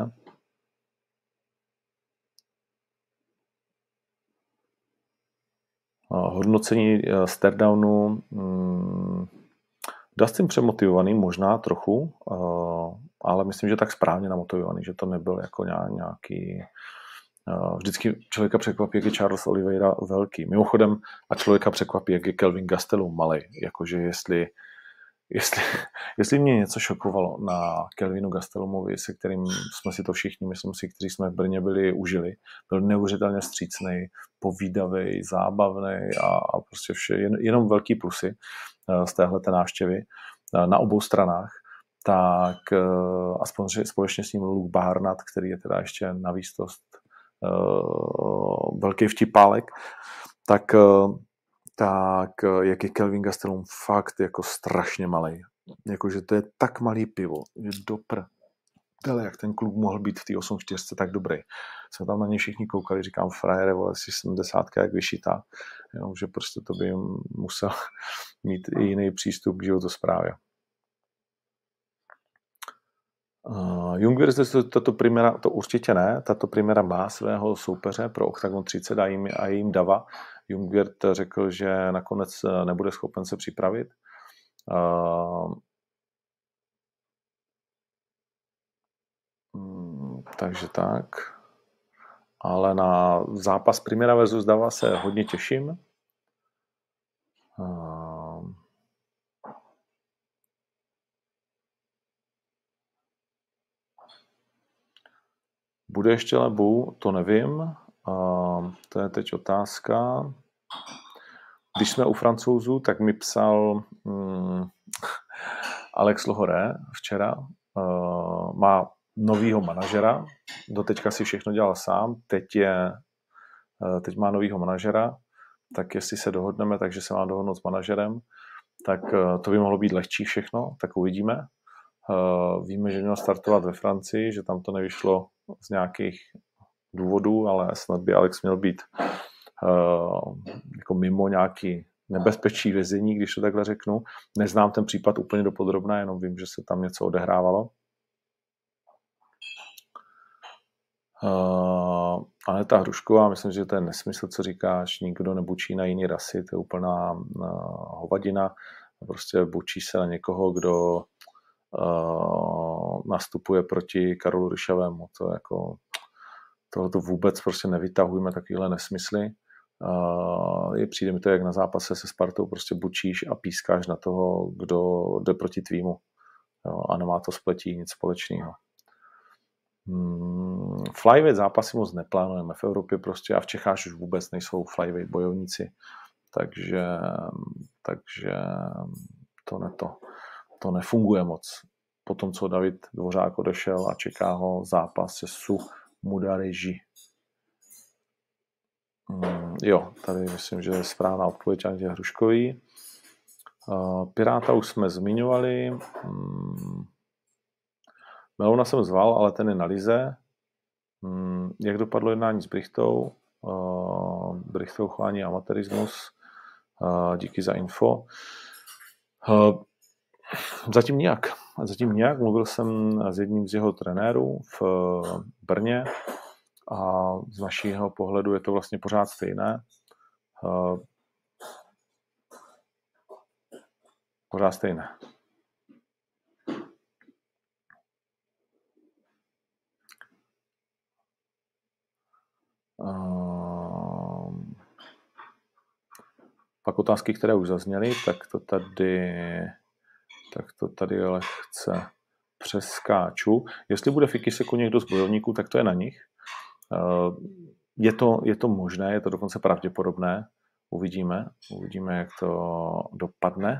Uh, hodnocení uh, Stardownu. Hmm, Dustin přemotivovaný, možná trochu, uh, ale myslím, že tak správně namotivovaný, že to nebyl jako nějaký... Uh, vždycky člověka překvapí, jak je Charles Oliveira velký. Mimochodem, a člověka překvapí, jak je Kelvin Gastelum malej. Jakože jestli, jestli, jestli mě něco šokovalo na Kelvinu Gastelumovi, se kterým jsme si to všichni, myslím si, kteří jsme v Brně byli, užili. Byl neuvěřitelně vstřícnej, povídavej, zábavnej a, a prostě vše, jen, jenom velký plusy z téhleté návštěvy na obou stranách, tak aspoň společně s ním Luke Barnett, který je teda ještě na výstost uh, velký vtipálek, tak, uh, tak jak je Kelvin Gastelum fakt jako strašně malej. Jakože to je tak malý pivo, že dopr. Tele, jak ten kluk mohl být v té osm čtyři tak dobrý. Jsme tam na ně všichni koukali, říkám, frajere, vole, si sedmdesátka jak vyšitá. Jenom, že prostě to by musel mít i jiný přístup k životosprávě. Uh, Jungwirth, tato primera, to určitě ne, tato primera má svého soupeře pro Octagon třicet a jim, a jim Dava. Jungwirth řekl, že nakonec nebude schopen se připravit. Uh, takže tak. Ale na zápas Primera versus Dava se hodně těším. Uh, Bude ještě Lebu, to nevím. Uh, to je teď otázka. Když jsme u Francouzů, tak mi psal um, Alex Lohoré včera. Uh, má novýho manažera. Doteďka si všechno dělal sám. Teď, je, uh, teď má novýho manažera. Tak jestli se dohodneme, takže se má dohodnout s manažerem, tak uh, to by mohlo být lehčí všechno. Tak uvidíme. Uh, víme, že měl startovat ve Francii, že tam to nevyšlo z nějakých důvodů, ale snad by Alex měl být uh, jako mimo nějaký nebezpečí vězení, když to takhle řeknu. Neznám ten případ úplně dopodrobna, jenom vím, že se tam něco odehrávalo. Uh, Aneta Hrušková, myslím, že to je nesmysl, co říkáš, nikdo nebučí na jiný rasy, to je úplná uh, hovadina, prostě bučí se na někoho, kdo uh, nastupuje proti Karolu Ryšavému, to jako tohoto vůbec prostě nevytahujeme, takovýhle nesmysly. Uh, je, přijde mi to jak na zápase se Spartou, prostě bučíš a pískáš na toho, kdo jde proti tvýmu, jo, a nemá to spletí nic společného. Hmm, flyweight zápasy moc neplánujeme v Evropě prostě a v Čechách už vůbec nejsou flyweight bojovníci, takže, takže to, ne to, to nefunguje moc. Potom, co David Dvořák odešel a čeká ho zápas se Su Mudareži. Hmm, jo, tady myslím, že je správná odpověď Anetě Hruškový. Uh, Piráta už jsme zmiňovali. Hmm, Melouna jsem zval, ale ten je na lize. Hmm, jak dopadlo jednání s Brichtou? Uh, Brichtou chlání amatérismus. Uh, díky za info. Uh, zatím nějak. Zatím nějak. Mluvil jsem s jedním z jeho trenérů v Brně a z našeho pohledu je to vlastně pořád stejné. Uh, pořád stejné. Uh, pak otázky, které už zazněly, tak to tady tak to tady lehce přeskáču. Jestli bude Fikiseku někdo z bojovníků, tak to je na nich. Uh, je to, je to možné, je to dokonce pravděpodobné. Uvidíme, uvidíme, jak to dopadne.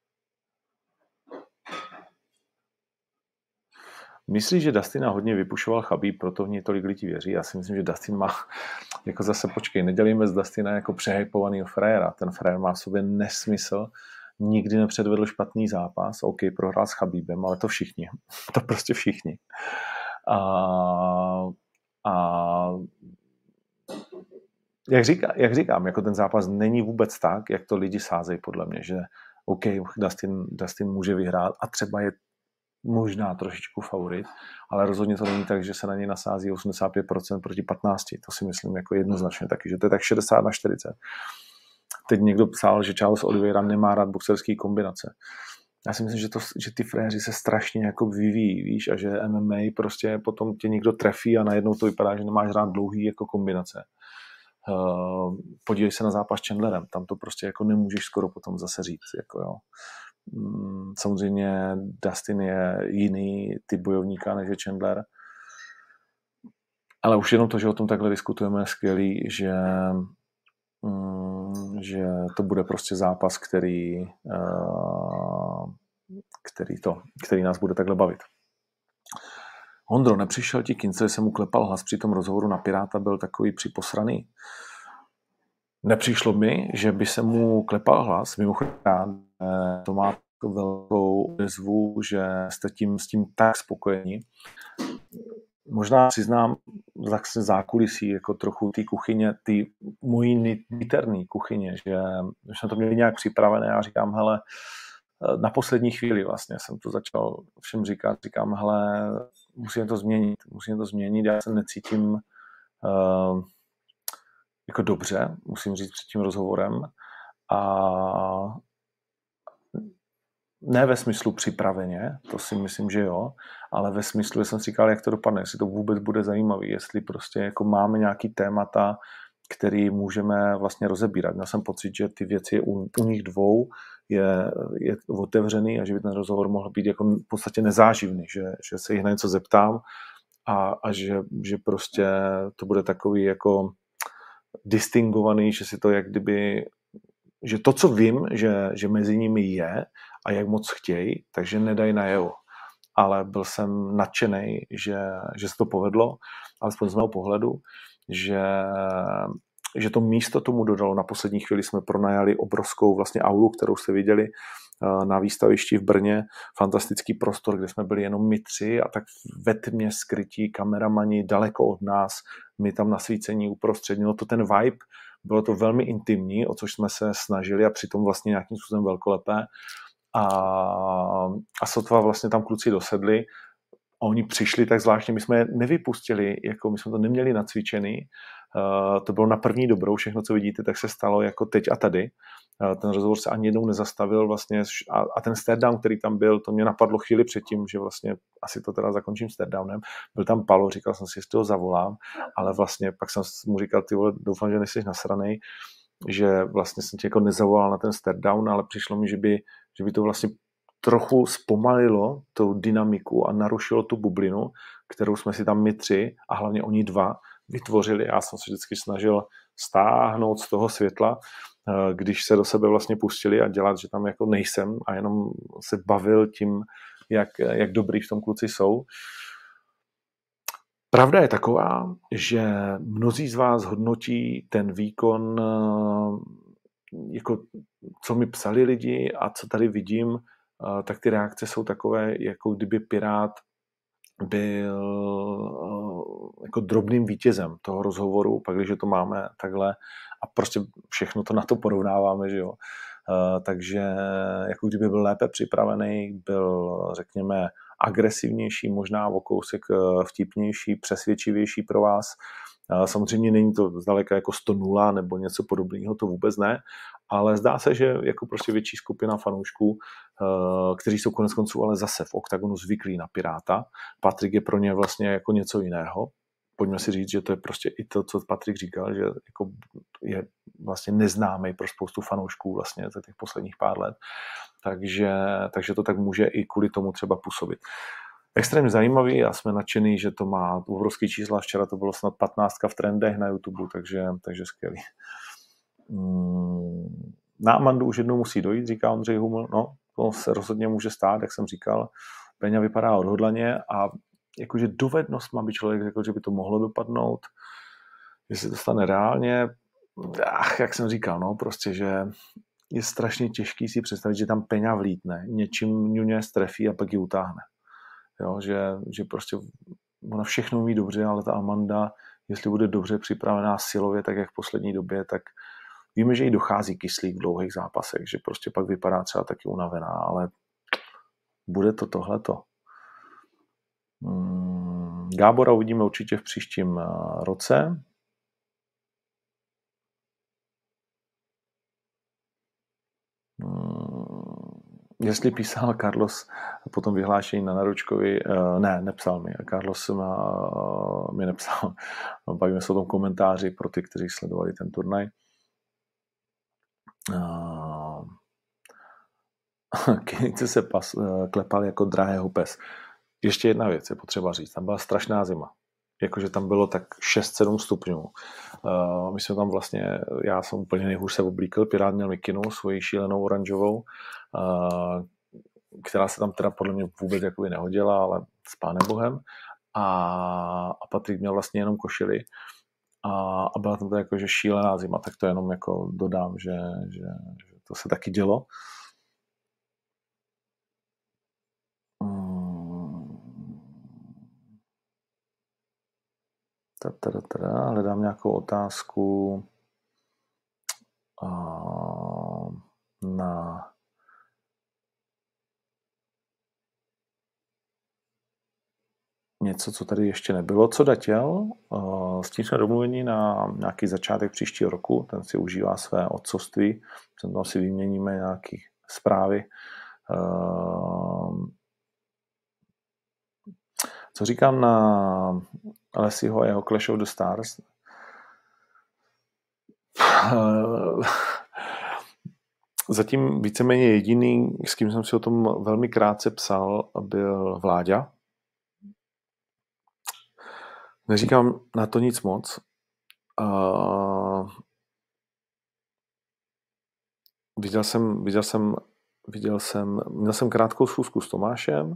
Myslíš, že Dustina hodně vypušoval Chabib, proto v něj tolik lidí věří? Já si myslím, že Dustin má, jako zase počkej, nedělíme z Dustina jako přehypovanýho fréra. Ten frér má v sobě nesmysl, nikdy nepředvedl špatný zápas, OK, prohrál s Chabibem, ale to všichni. To prostě všichni. A, a jak, říká, jak říkám, jako ten zápas není vůbec tak, jak to lidi sázejí podle mě, že OK, Dustin, Dustin může vyhrát a třeba je možná trošičku favorit, ale rozhodně to není tak, že se na něj nasází osmdesát pět procent proti patnáct. To si myslím jako jednoznačně taky, že to je tak šedesát na čtyřicet. Teď někdo psal, že Charles Oliveira nemá rád boxerský kombinace. Já si myslím, že, to, že ty fréři se strašně jako vyvíjí, víš, a že M M A prostě potom tě někdo trefí a najednou to vypadá, že nemáš rád dlouhý jako kombinace. Uh, podívej se na zápas s Chandlerem, tam to prostě jako nemůžeš skoro potom zase říct, jako jo. Samozřejmě Dustin je jiný typ bojovníka než je Chandler, ale už jenom to, že o tom takhle diskutujeme, je skvělý, že, že to bude prostě zápas, který, který, to, který nás bude takhle bavit. Ondro, nepřišel ti Kince, že jsem mu klepal hlas při tom rozhovoru na Piráta, byl takový připosraný? Nepřišlo mi, že by se mu klepal hlas, mimochodem to má velkou odezvu, že jste tím, s tím tak spokojení. Možná přiznám vlastně zákulisí, jako trochu té kuchyně, té mojí niterné kuchyně, že jsme to měli nějak připravené a říkám, hele, na poslední chvíli vlastně jsem to začal všem říkat, říkám, hele, musím to změnit, musím to změnit, já se necítím uh, jako dobře, musím říct před tím rozhovorem a ne ve smyslu připraveně, to si myslím, že jo, ale ve smyslu, že jsem si říkal, jak to dopadne, jestli to vůbec bude zajímavý, jestli prostě jako máme nějaký témata, který můžeme vlastně rozebírat. Měl jsem pocit, že ty věci u, u nich dvou je, je otevřený a že by ten rozhovor mohl být jako v podstatě nezáživný, že, že se jich na něco zeptám a, a že, že prostě to bude takový jako distingovaný, že si to jak kdyby, že to, co vím, že, že mezi nimi je a jak moc chtějí, takže nedají najevo. Ale byl jsem nadšenej, že, že se to povedlo, alespoň z mého pohledu, že, že to místo tomu dodalo. Na poslední chvíli jsme pronajali obrovskou vlastně aulu, kterou jste viděli, na výstavišti v Brně, fantastický prostor, kde jsme byli jenom my tři a tak ve tmě skrytí kameramani daleko od nás, my tam nasvícení uprostřed, no to ten vibe, bylo to velmi intimní, o což jsme se snažili a přitom vlastně nějakým způsobem velkolepé a, a sotva vlastně tam kluci dosedli a oni přišli tak zvláštně, my jsme je nevypustili, jako my jsme to neměli nacvičený, uh, to bylo na první dobrou, všechno, co vidíte, tak se stalo jako teď a tady. Uh, ten rozhovor se ani jednou nezastavil vlastně a, a ten stare-down, který tam byl, to mě napadlo chvíli předtím, že vlastně asi to teda zakončím stare-downem. Byl tam Palo, říkal jsem si, jestli ho zavolám, ale vlastně pak jsem mu říkal, ty vole, doufám, že nejsi nasranej, že vlastně jsem tě jako nezavolal na ten stare-down, ale přišlo mi, že by, že by to vlastně trochu zpomalilo tu dynamiku a narušilo tu bublinu, kterou jsme si tam my tři a hlavně oni dva vytvořili. Já jsem se vždycky snažil stáhnout z toho světla, když se do sebe vlastně pustili a dělat, že tam jako nejsem a jenom se bavil tím, jak, jak dobrý v tom kluci jsou. Pravda je taková, že mnozí z vás hodnotí ten výkon, jako co mi psali lidi a co tady vidím, tak ty reakce jsou takové, jako kdyby Pirát byl jako drobným vítězem toho rozhovoru, pak když to máme takhle a prostě všechno to na to porovnáváme, že jo. Takže jako kdyby byl lépe připravený, byl, řekněme, agresivnější, možná o kousek vtipnější, přesvědčivější pro vás. Samozřejmě není to zdaleka jako sto nula nebo něco podobného, to vůbec ne, ale zdá se, že jako prostě větší skupina fanoušků, kteří jsou konec konců ale zase v OKTAGONu zvyklí na Piráta. Patrik je pro ně vlastně jako něco jiného. Pojďme si říct, že to je prostě i to, co Patrik říkal, že jako je vlastně neznámý pro spoustu fanoušků vlastně za těch posledních pár let. Takže, takže to tak může i kvůli tomu třeba působit. Extrémně zajímavý a jsme nadšený, že to má obrovský čísla. Včera to bylo snad patnáctka v trendech na YouTube, takže, takže skvělý. Na Amandu už jednou musí dojít, říká Ondřej Huml. No, to se rozhodně může stát, jak jsem říkal. Peňa vypadá odhodlaně a jakože dovednost má by člověk řekl, že by to mohlo dopadnout. Jestli to stane reálně, ach, jak jsem říkal, no, prostě, že je strašně těžký si představit, že tam Peňa vlítne, něčím ňuně strefí a pak ji utáhne. Jo, že, že prostě ona všechno umí dobře, ale ta Amanda, jestli bude dobře připravená silově, tak jak v poslední době, tak víme, že jí dochází kyslík v dlouhých zápasech, že prostě pak vypadá třeba taky unavená, ale bude to tohleto. Hmm, Gábora uvidíme určitě v příštím roce. Jestli písal Carlos po tom vyhlášení na Naručkovi, ne, nepsal mi. Carlos ma, mi nepsal. Bavíme se o tom komentáři pro ty, kteří sledovali ten turnaj. Kynice se pas, klepal jako drahého pes. Ještě jedna věc je potřeba říct. Tam byla strašná zima. Jakože tam bylo tak šest sedm stupňů. Uh, my jsme tam vlastně, já jsem úplně nejhůř se oblíkl, Pirát měl mikinu, svoji šílenou oranžovou, uh, která se tam teda podle mě vůbec jakoby nehodila, ale s pánem bohem. A, a Patrik měl vlastně jenom košili. A, a byla tam to jako, že šílená zima, tak to jenom jako dodám, že, že, že to se taky dělo. Tada, tada, hledám nějakou otázku uh, na něco, co tady ještě nebylo. Co Datěl? Uh, s tím jsme domluveni na nějaký začátek příštího roku. Ten si užívá své otcovství. Tam si vyměníme nějaké zprávy. Uh, co říkám na Alessiho a jeho Clash of the Stars? Zatím víceméně jediný, s kým jsem si o tom velmi krátce psal, byl Vláďa. Neříkám na to nic moc. Uh, viděl jsem, viděl jsem, viděl jsem, měl jsem krátkou schůzku s Tomášem,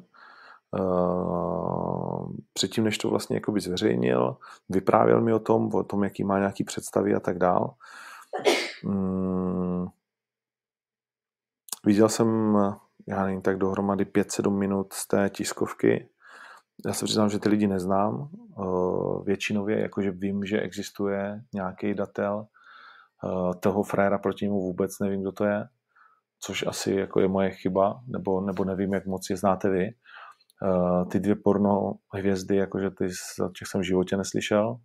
Uh, předtím, než to vlastně jakoby zveřejnil, vyprávěl mi o tom, o tom, jaký má nějaký představy a tak dál. Um, Viděl jsem, já nevím, tak dohromady pět sedm minut z té tiskovky. Já se přiznám, že ty lidi neznám. Většinově, jakože vím, že existuje nějaký datel. Toho frajera proti němu vůbec nevím, kdo to je. Což asi jako je moje chyba, nebo, nebo nevím, jak moc je znáte vy. Ty dvě porno hvězdy, jakože ty za těch jsem v životě neslyšel.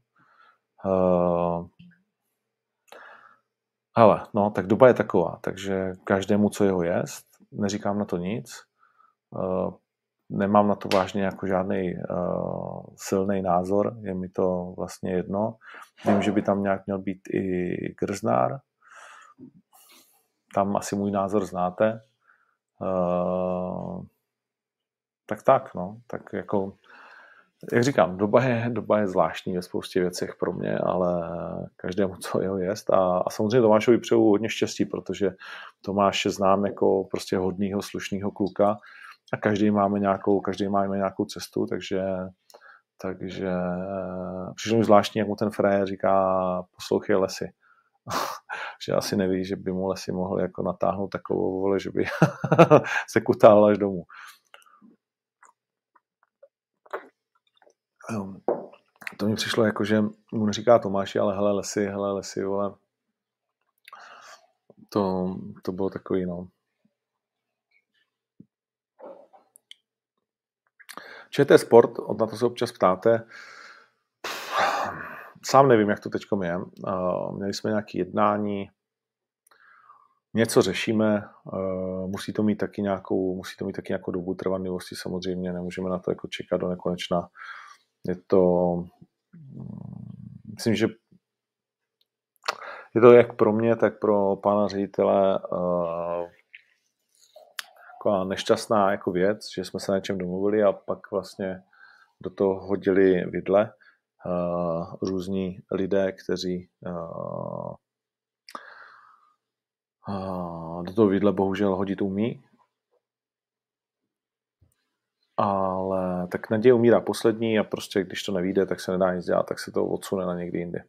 Hele, no, tak doba je taková, takže každému, co jeho jest, neříkám na to nic, uh, nemám na to vážně jako žádný uh, silný názor, je mi to vlastně jedno. Vím, že by tam nějak měl být i Grznár, tam asi můj názor znáte. Uh, tak tak, no, tak jako jak říkám, doba je, doba je zvláštní ve spoustě věcech pro mě, ale každému, co jeho jest. A, a samozřejmě Tomášovi přeju hodně štěstí, protože Tomáše znám jako prostě hodnýho, slušného kluka a každý máme nějakou, každý máme nějakou cestu, takže, takže přišlo mi zvláštní, jak mu ten frajer říká, poslouchej Lesy. Že asi neví, že by mu Lesy mohl jako natáhnout takovou vole, že by se kutal až domů. To mi přišlo jako, že mu neříká Tomáši, ale hele Lesy, hele Lesy, vole. To, to bylo takový, no. ČT Sport, na to se občas ptáte. Sám nevím, jak to teďkom je. Měli jsme nějaké jednání, něco řešíme, musí to mít taky nějakou, musí to mít taky nějakou dobu trvanlivosti, samozřejmě, nemůžeme na to jako čekat do nekonečna. Je to, myslím, že je to jak pro mě, tak pro pana ředitele taková nešťastná jako věc, že jsme se na něčem domluvili a pak vlastně do toho hodili vidle uh, různí lidé, kteří uh, uh, do toho vidle bohužel hodit umí. Ale tak naděje umírá poslední a prostě když to nevyjde, tak se nedá nic dělat, tak se to odsune na někdy jindy.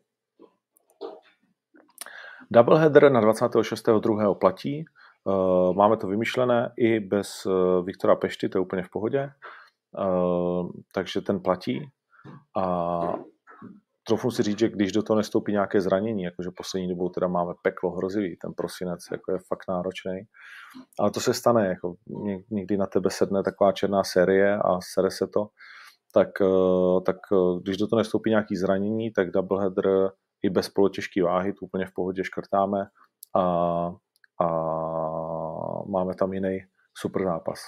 Doubleheader na dvacátého šestého druhého platí. Uh, máme to vymyšlené i bez uh, Viktora Pešty, to je úplně v pohodě. Uh, takže ten platí. A troufnu si říct, že když do toho nestoupí nějaké zranění, jakože poslední dobou teda máme peklo hrozivý, ten prosinec jako je fakt náročný. Ale to se stane, jako někdy na tebe sedne taková černá série a sere se to. Tak, uh, tak uh, když do toho nestoupí nějaké zranění, tak doubleheader i bez polotěžké váhy, tu úplně v pohodě škrtáme a, a máme tam jiný super zápas.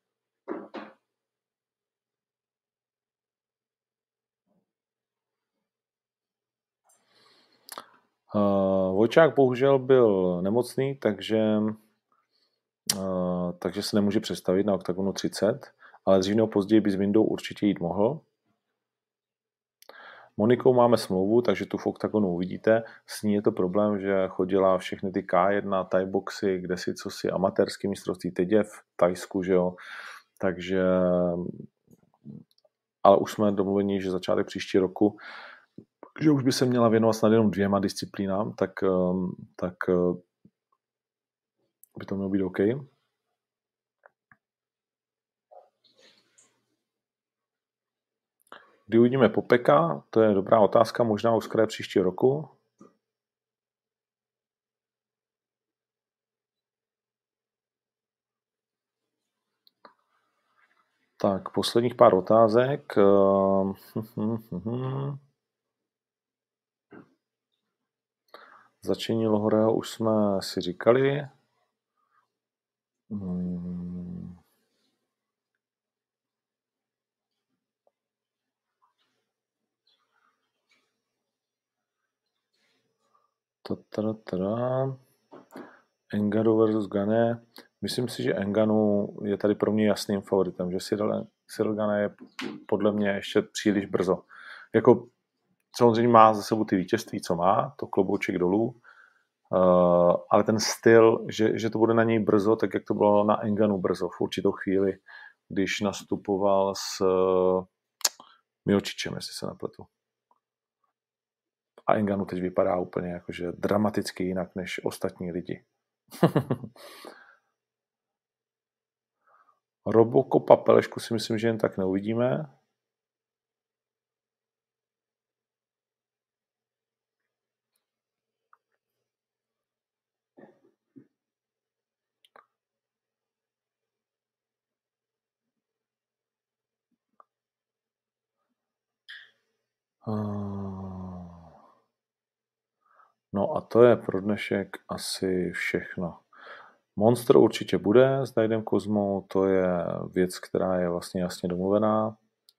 Uh, Vojčák bohužel byl nemocný, takže, uh, takže se nemůže představit na Oktagonu třicet, ale dřív nebo později by s Windou určitě jít mohl. Monikou máme smlouvu, takže tu v Oktagonu uvidíte. S ní je to problém, že chodila všechny ty ká jedna, Thai boxy, kde si co si, amatérský mistrovství, teď je v Thajsku, že jo. Takže, ale už jsme domluveni, že začátek příští roku, že už by se měla věnovat snad jenom dvěma disciplínám, tak, tak by to mělo být OK. Kdy uvidíme Popeka? To je dobrá otázka, možná už zkrát příští roku. Tak, posledních pár otázek. Začení Lohorého už jsme si říkali. Hmm. Tatatara. Enganu versus Gane. Myslím si, že Enganu je tady pro mě jasným favoritem, že Cyril, Cyril Gane je podle mě ještě příliš brzo. Jako samozřejmě má za sebou ty vítězství, co má, to klobouček dolů, uh, ale ten styl, že, že to bude na něj brzo, tak jak to bylo na Enganu brzo v určitou chvíli, když nastupoval s uh, Miocičem, jestli se nepletu. A Enganu teď vypadá úplně jakože dramaticky jinak než ostatní lidi. Robocopa Pelešku si myslím, že jen tak neuvidíme. No a to je pro dnešek asi všechno. Monster určitě bude s Daidem Kozmou, to je věc, která je vlastně jasně domluvená.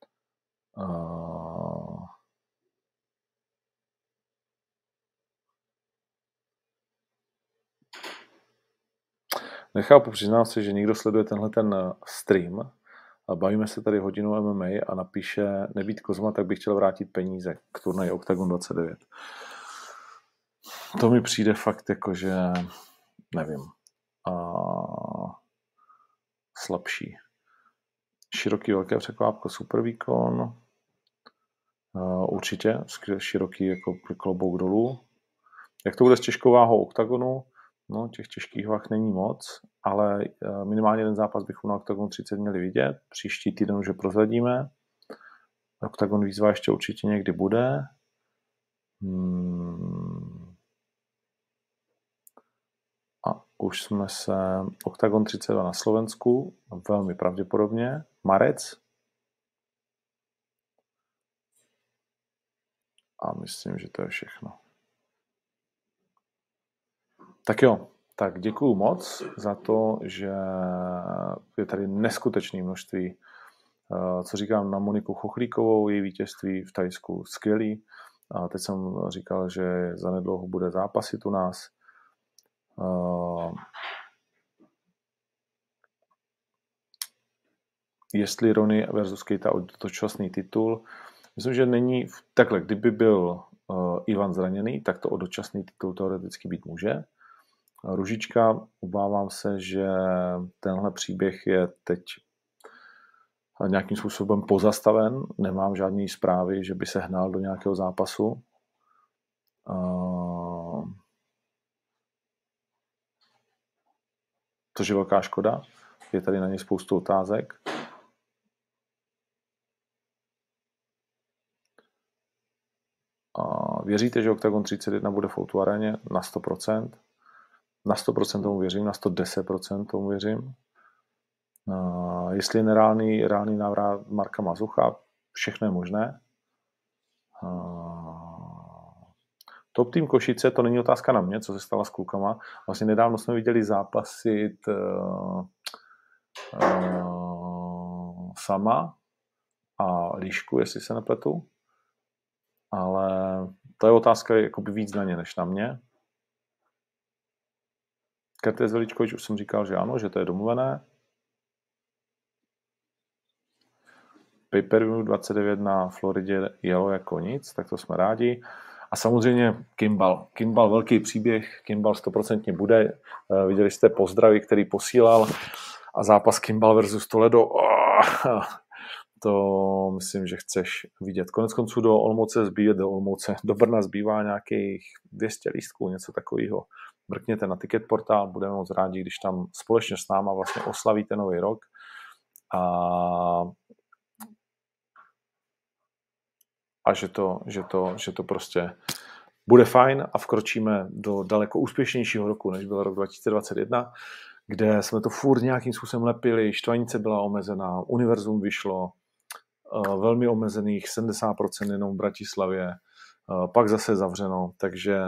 Nechápu, přiznám se, že někdo sleduje tenhle ten stream a bavíme se tady hodinu M M A a napíše nebýt Kozma, tak bych chtěl vrátit peníze k turnaji Octagon dvacet devět. To mi přijde fakt jako, že nevím, a slabší. Široký velké překvápko, super výkon. Uh, určitě, široký jako klobouk dolů. Jak to bude s těžkou váhou Octagonu? No, těch těžkých váh není moc, ale minimálně jeden zápas bychom na Octagon třicet měli vidět. Příští týden už je prozradíme. Octagon výzva ještě určitě někdy bude. Hmm. A už jsme se... Octagon třicet dva na Slovensku, velmi pravděpodobně. Marec. A myslím, že to je všechno. Tak jo, tak děkuju moc za to, že je tady neskutečné množství, co říkám na Moniku Chochlíkovou, její vítězství v Thajsku skvělý. A teď jsem říkal, že zanedlouho bude zápasit u nás. Jestli Ronnie versus Keita o dočasný titul, myslím, že není takhle, kdyby byl Ivan zraněný, tak to o dočasný titul teoreticky být může. Ružička, obávám se, že tenhle příběh je teď nějakým způsobem pozastaven. Nemám žádný zprávy, že by se hnal do nějakého zápasu. Což je velká škoda. Je tady na ně spoustu otázek. Věříte, že Octagon třicet jedna bude v O dva aréně? Na sto procent. Na sto procent tomu věřím, na sto deset procent tomu věřím. Uh, jestli je nereálný reálný návrat Marka Mazucha, všechno je možné. Uh, Top Team Košice, to není otázka na mě, co se stalo s klukama. Vlastně nedávno jsme viděli zápasit uh, uh, Sama a Líšku, jestli se nepletu. Ale to je otázka jakoby víc na ně, než na mě. Kertész Veličkovič, už jsem říkal, že ano, že to je domluvené. Pay-per-view dvacet devět na Floridě jelo jako nic, tak to jsme rádi. A samozřejmě Kimball. Kimball, velký příběh, Kimball stoprocentně bude. Viděli jste pozdravy, který posílal a zápas Kimball versus Toledo. Oh, to myslím, že chceš vidět. Konec konců do Olomouce zbývá, do Olomouce, do Brna zbývá nějakých dvě stě lístků, něco takového. Mrkněte na Ticket portál, budeme moc rádi, když tam společně s náma vlastně oslavíte nový rok. A, a že, to, že, to, že to prostě bude fajn a vkročíme do daleko úspěšnějšího roku, než byl rok dva tisíce dvacet jedna, kde jsme to furt nějakým způsobem lepili, štvanice byla omezená, univerzum vyšlo, velmi omezených sedmdesát procent jenom v Bratislavě, pak zase zavřeno, takže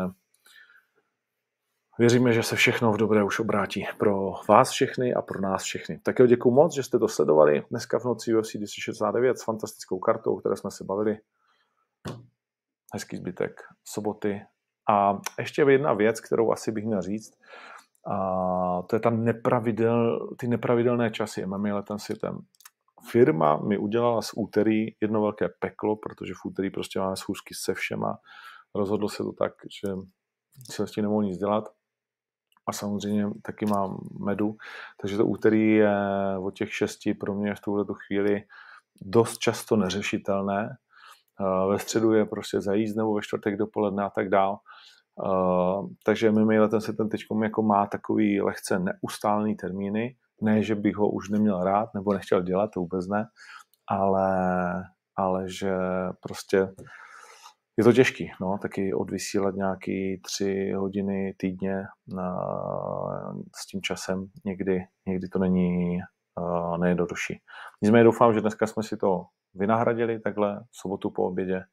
věříme, že se všechno v dobré už obrátí pro vás všechny a pro nás všechny. Tak jo, děkuju moc, že jste to sledovali. Dneska v noci U F C dvě stě šedesát devět s fantastickou kartou, o které jsme se bavili. Hezký zbytek soboty. A ještě jedna věc, kterou asi bych měl říct, a to je ta nepravidel, ty nepravidelné časy M M A letem světem. Firma mi udělala z úterý jedno velké peklo, protože v úterý prostě máme schůzky se všema. Rozhodlo se to tak, že se s tím nemohl nic dělat. A samozřejmě taky mám medu. Takže to úterý je od těch šesti pro mě v tuhletu chvíli dost často neřešitelné. Ve středu je prostě zajízd nebo ve čtvrtek dopoledne a tak dál. Takže M M A letem se ten teďkom jako má takový lehce neustálený termíny. Ne, že bych ho už neměl rád nebo nechtěl dělat, to vůbec ne, ale, ale že prostě je to těžký, no, taky odvysílat nějaký tři hodiny týdně na, s tím časem, někdy, někdy to není uh, nejjednodušší. Nicméně doufám, že dneska jsme si to vynahradili takhle v sobotu po obědě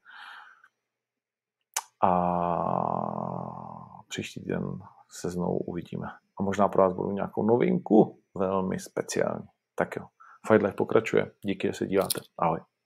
a příští den se znovu uvidíme. A možná pro vás budu nějakou novinku velmi speciální. Tak jo, Fight Life pokračuje. Díky, že se díváte. Ahoj.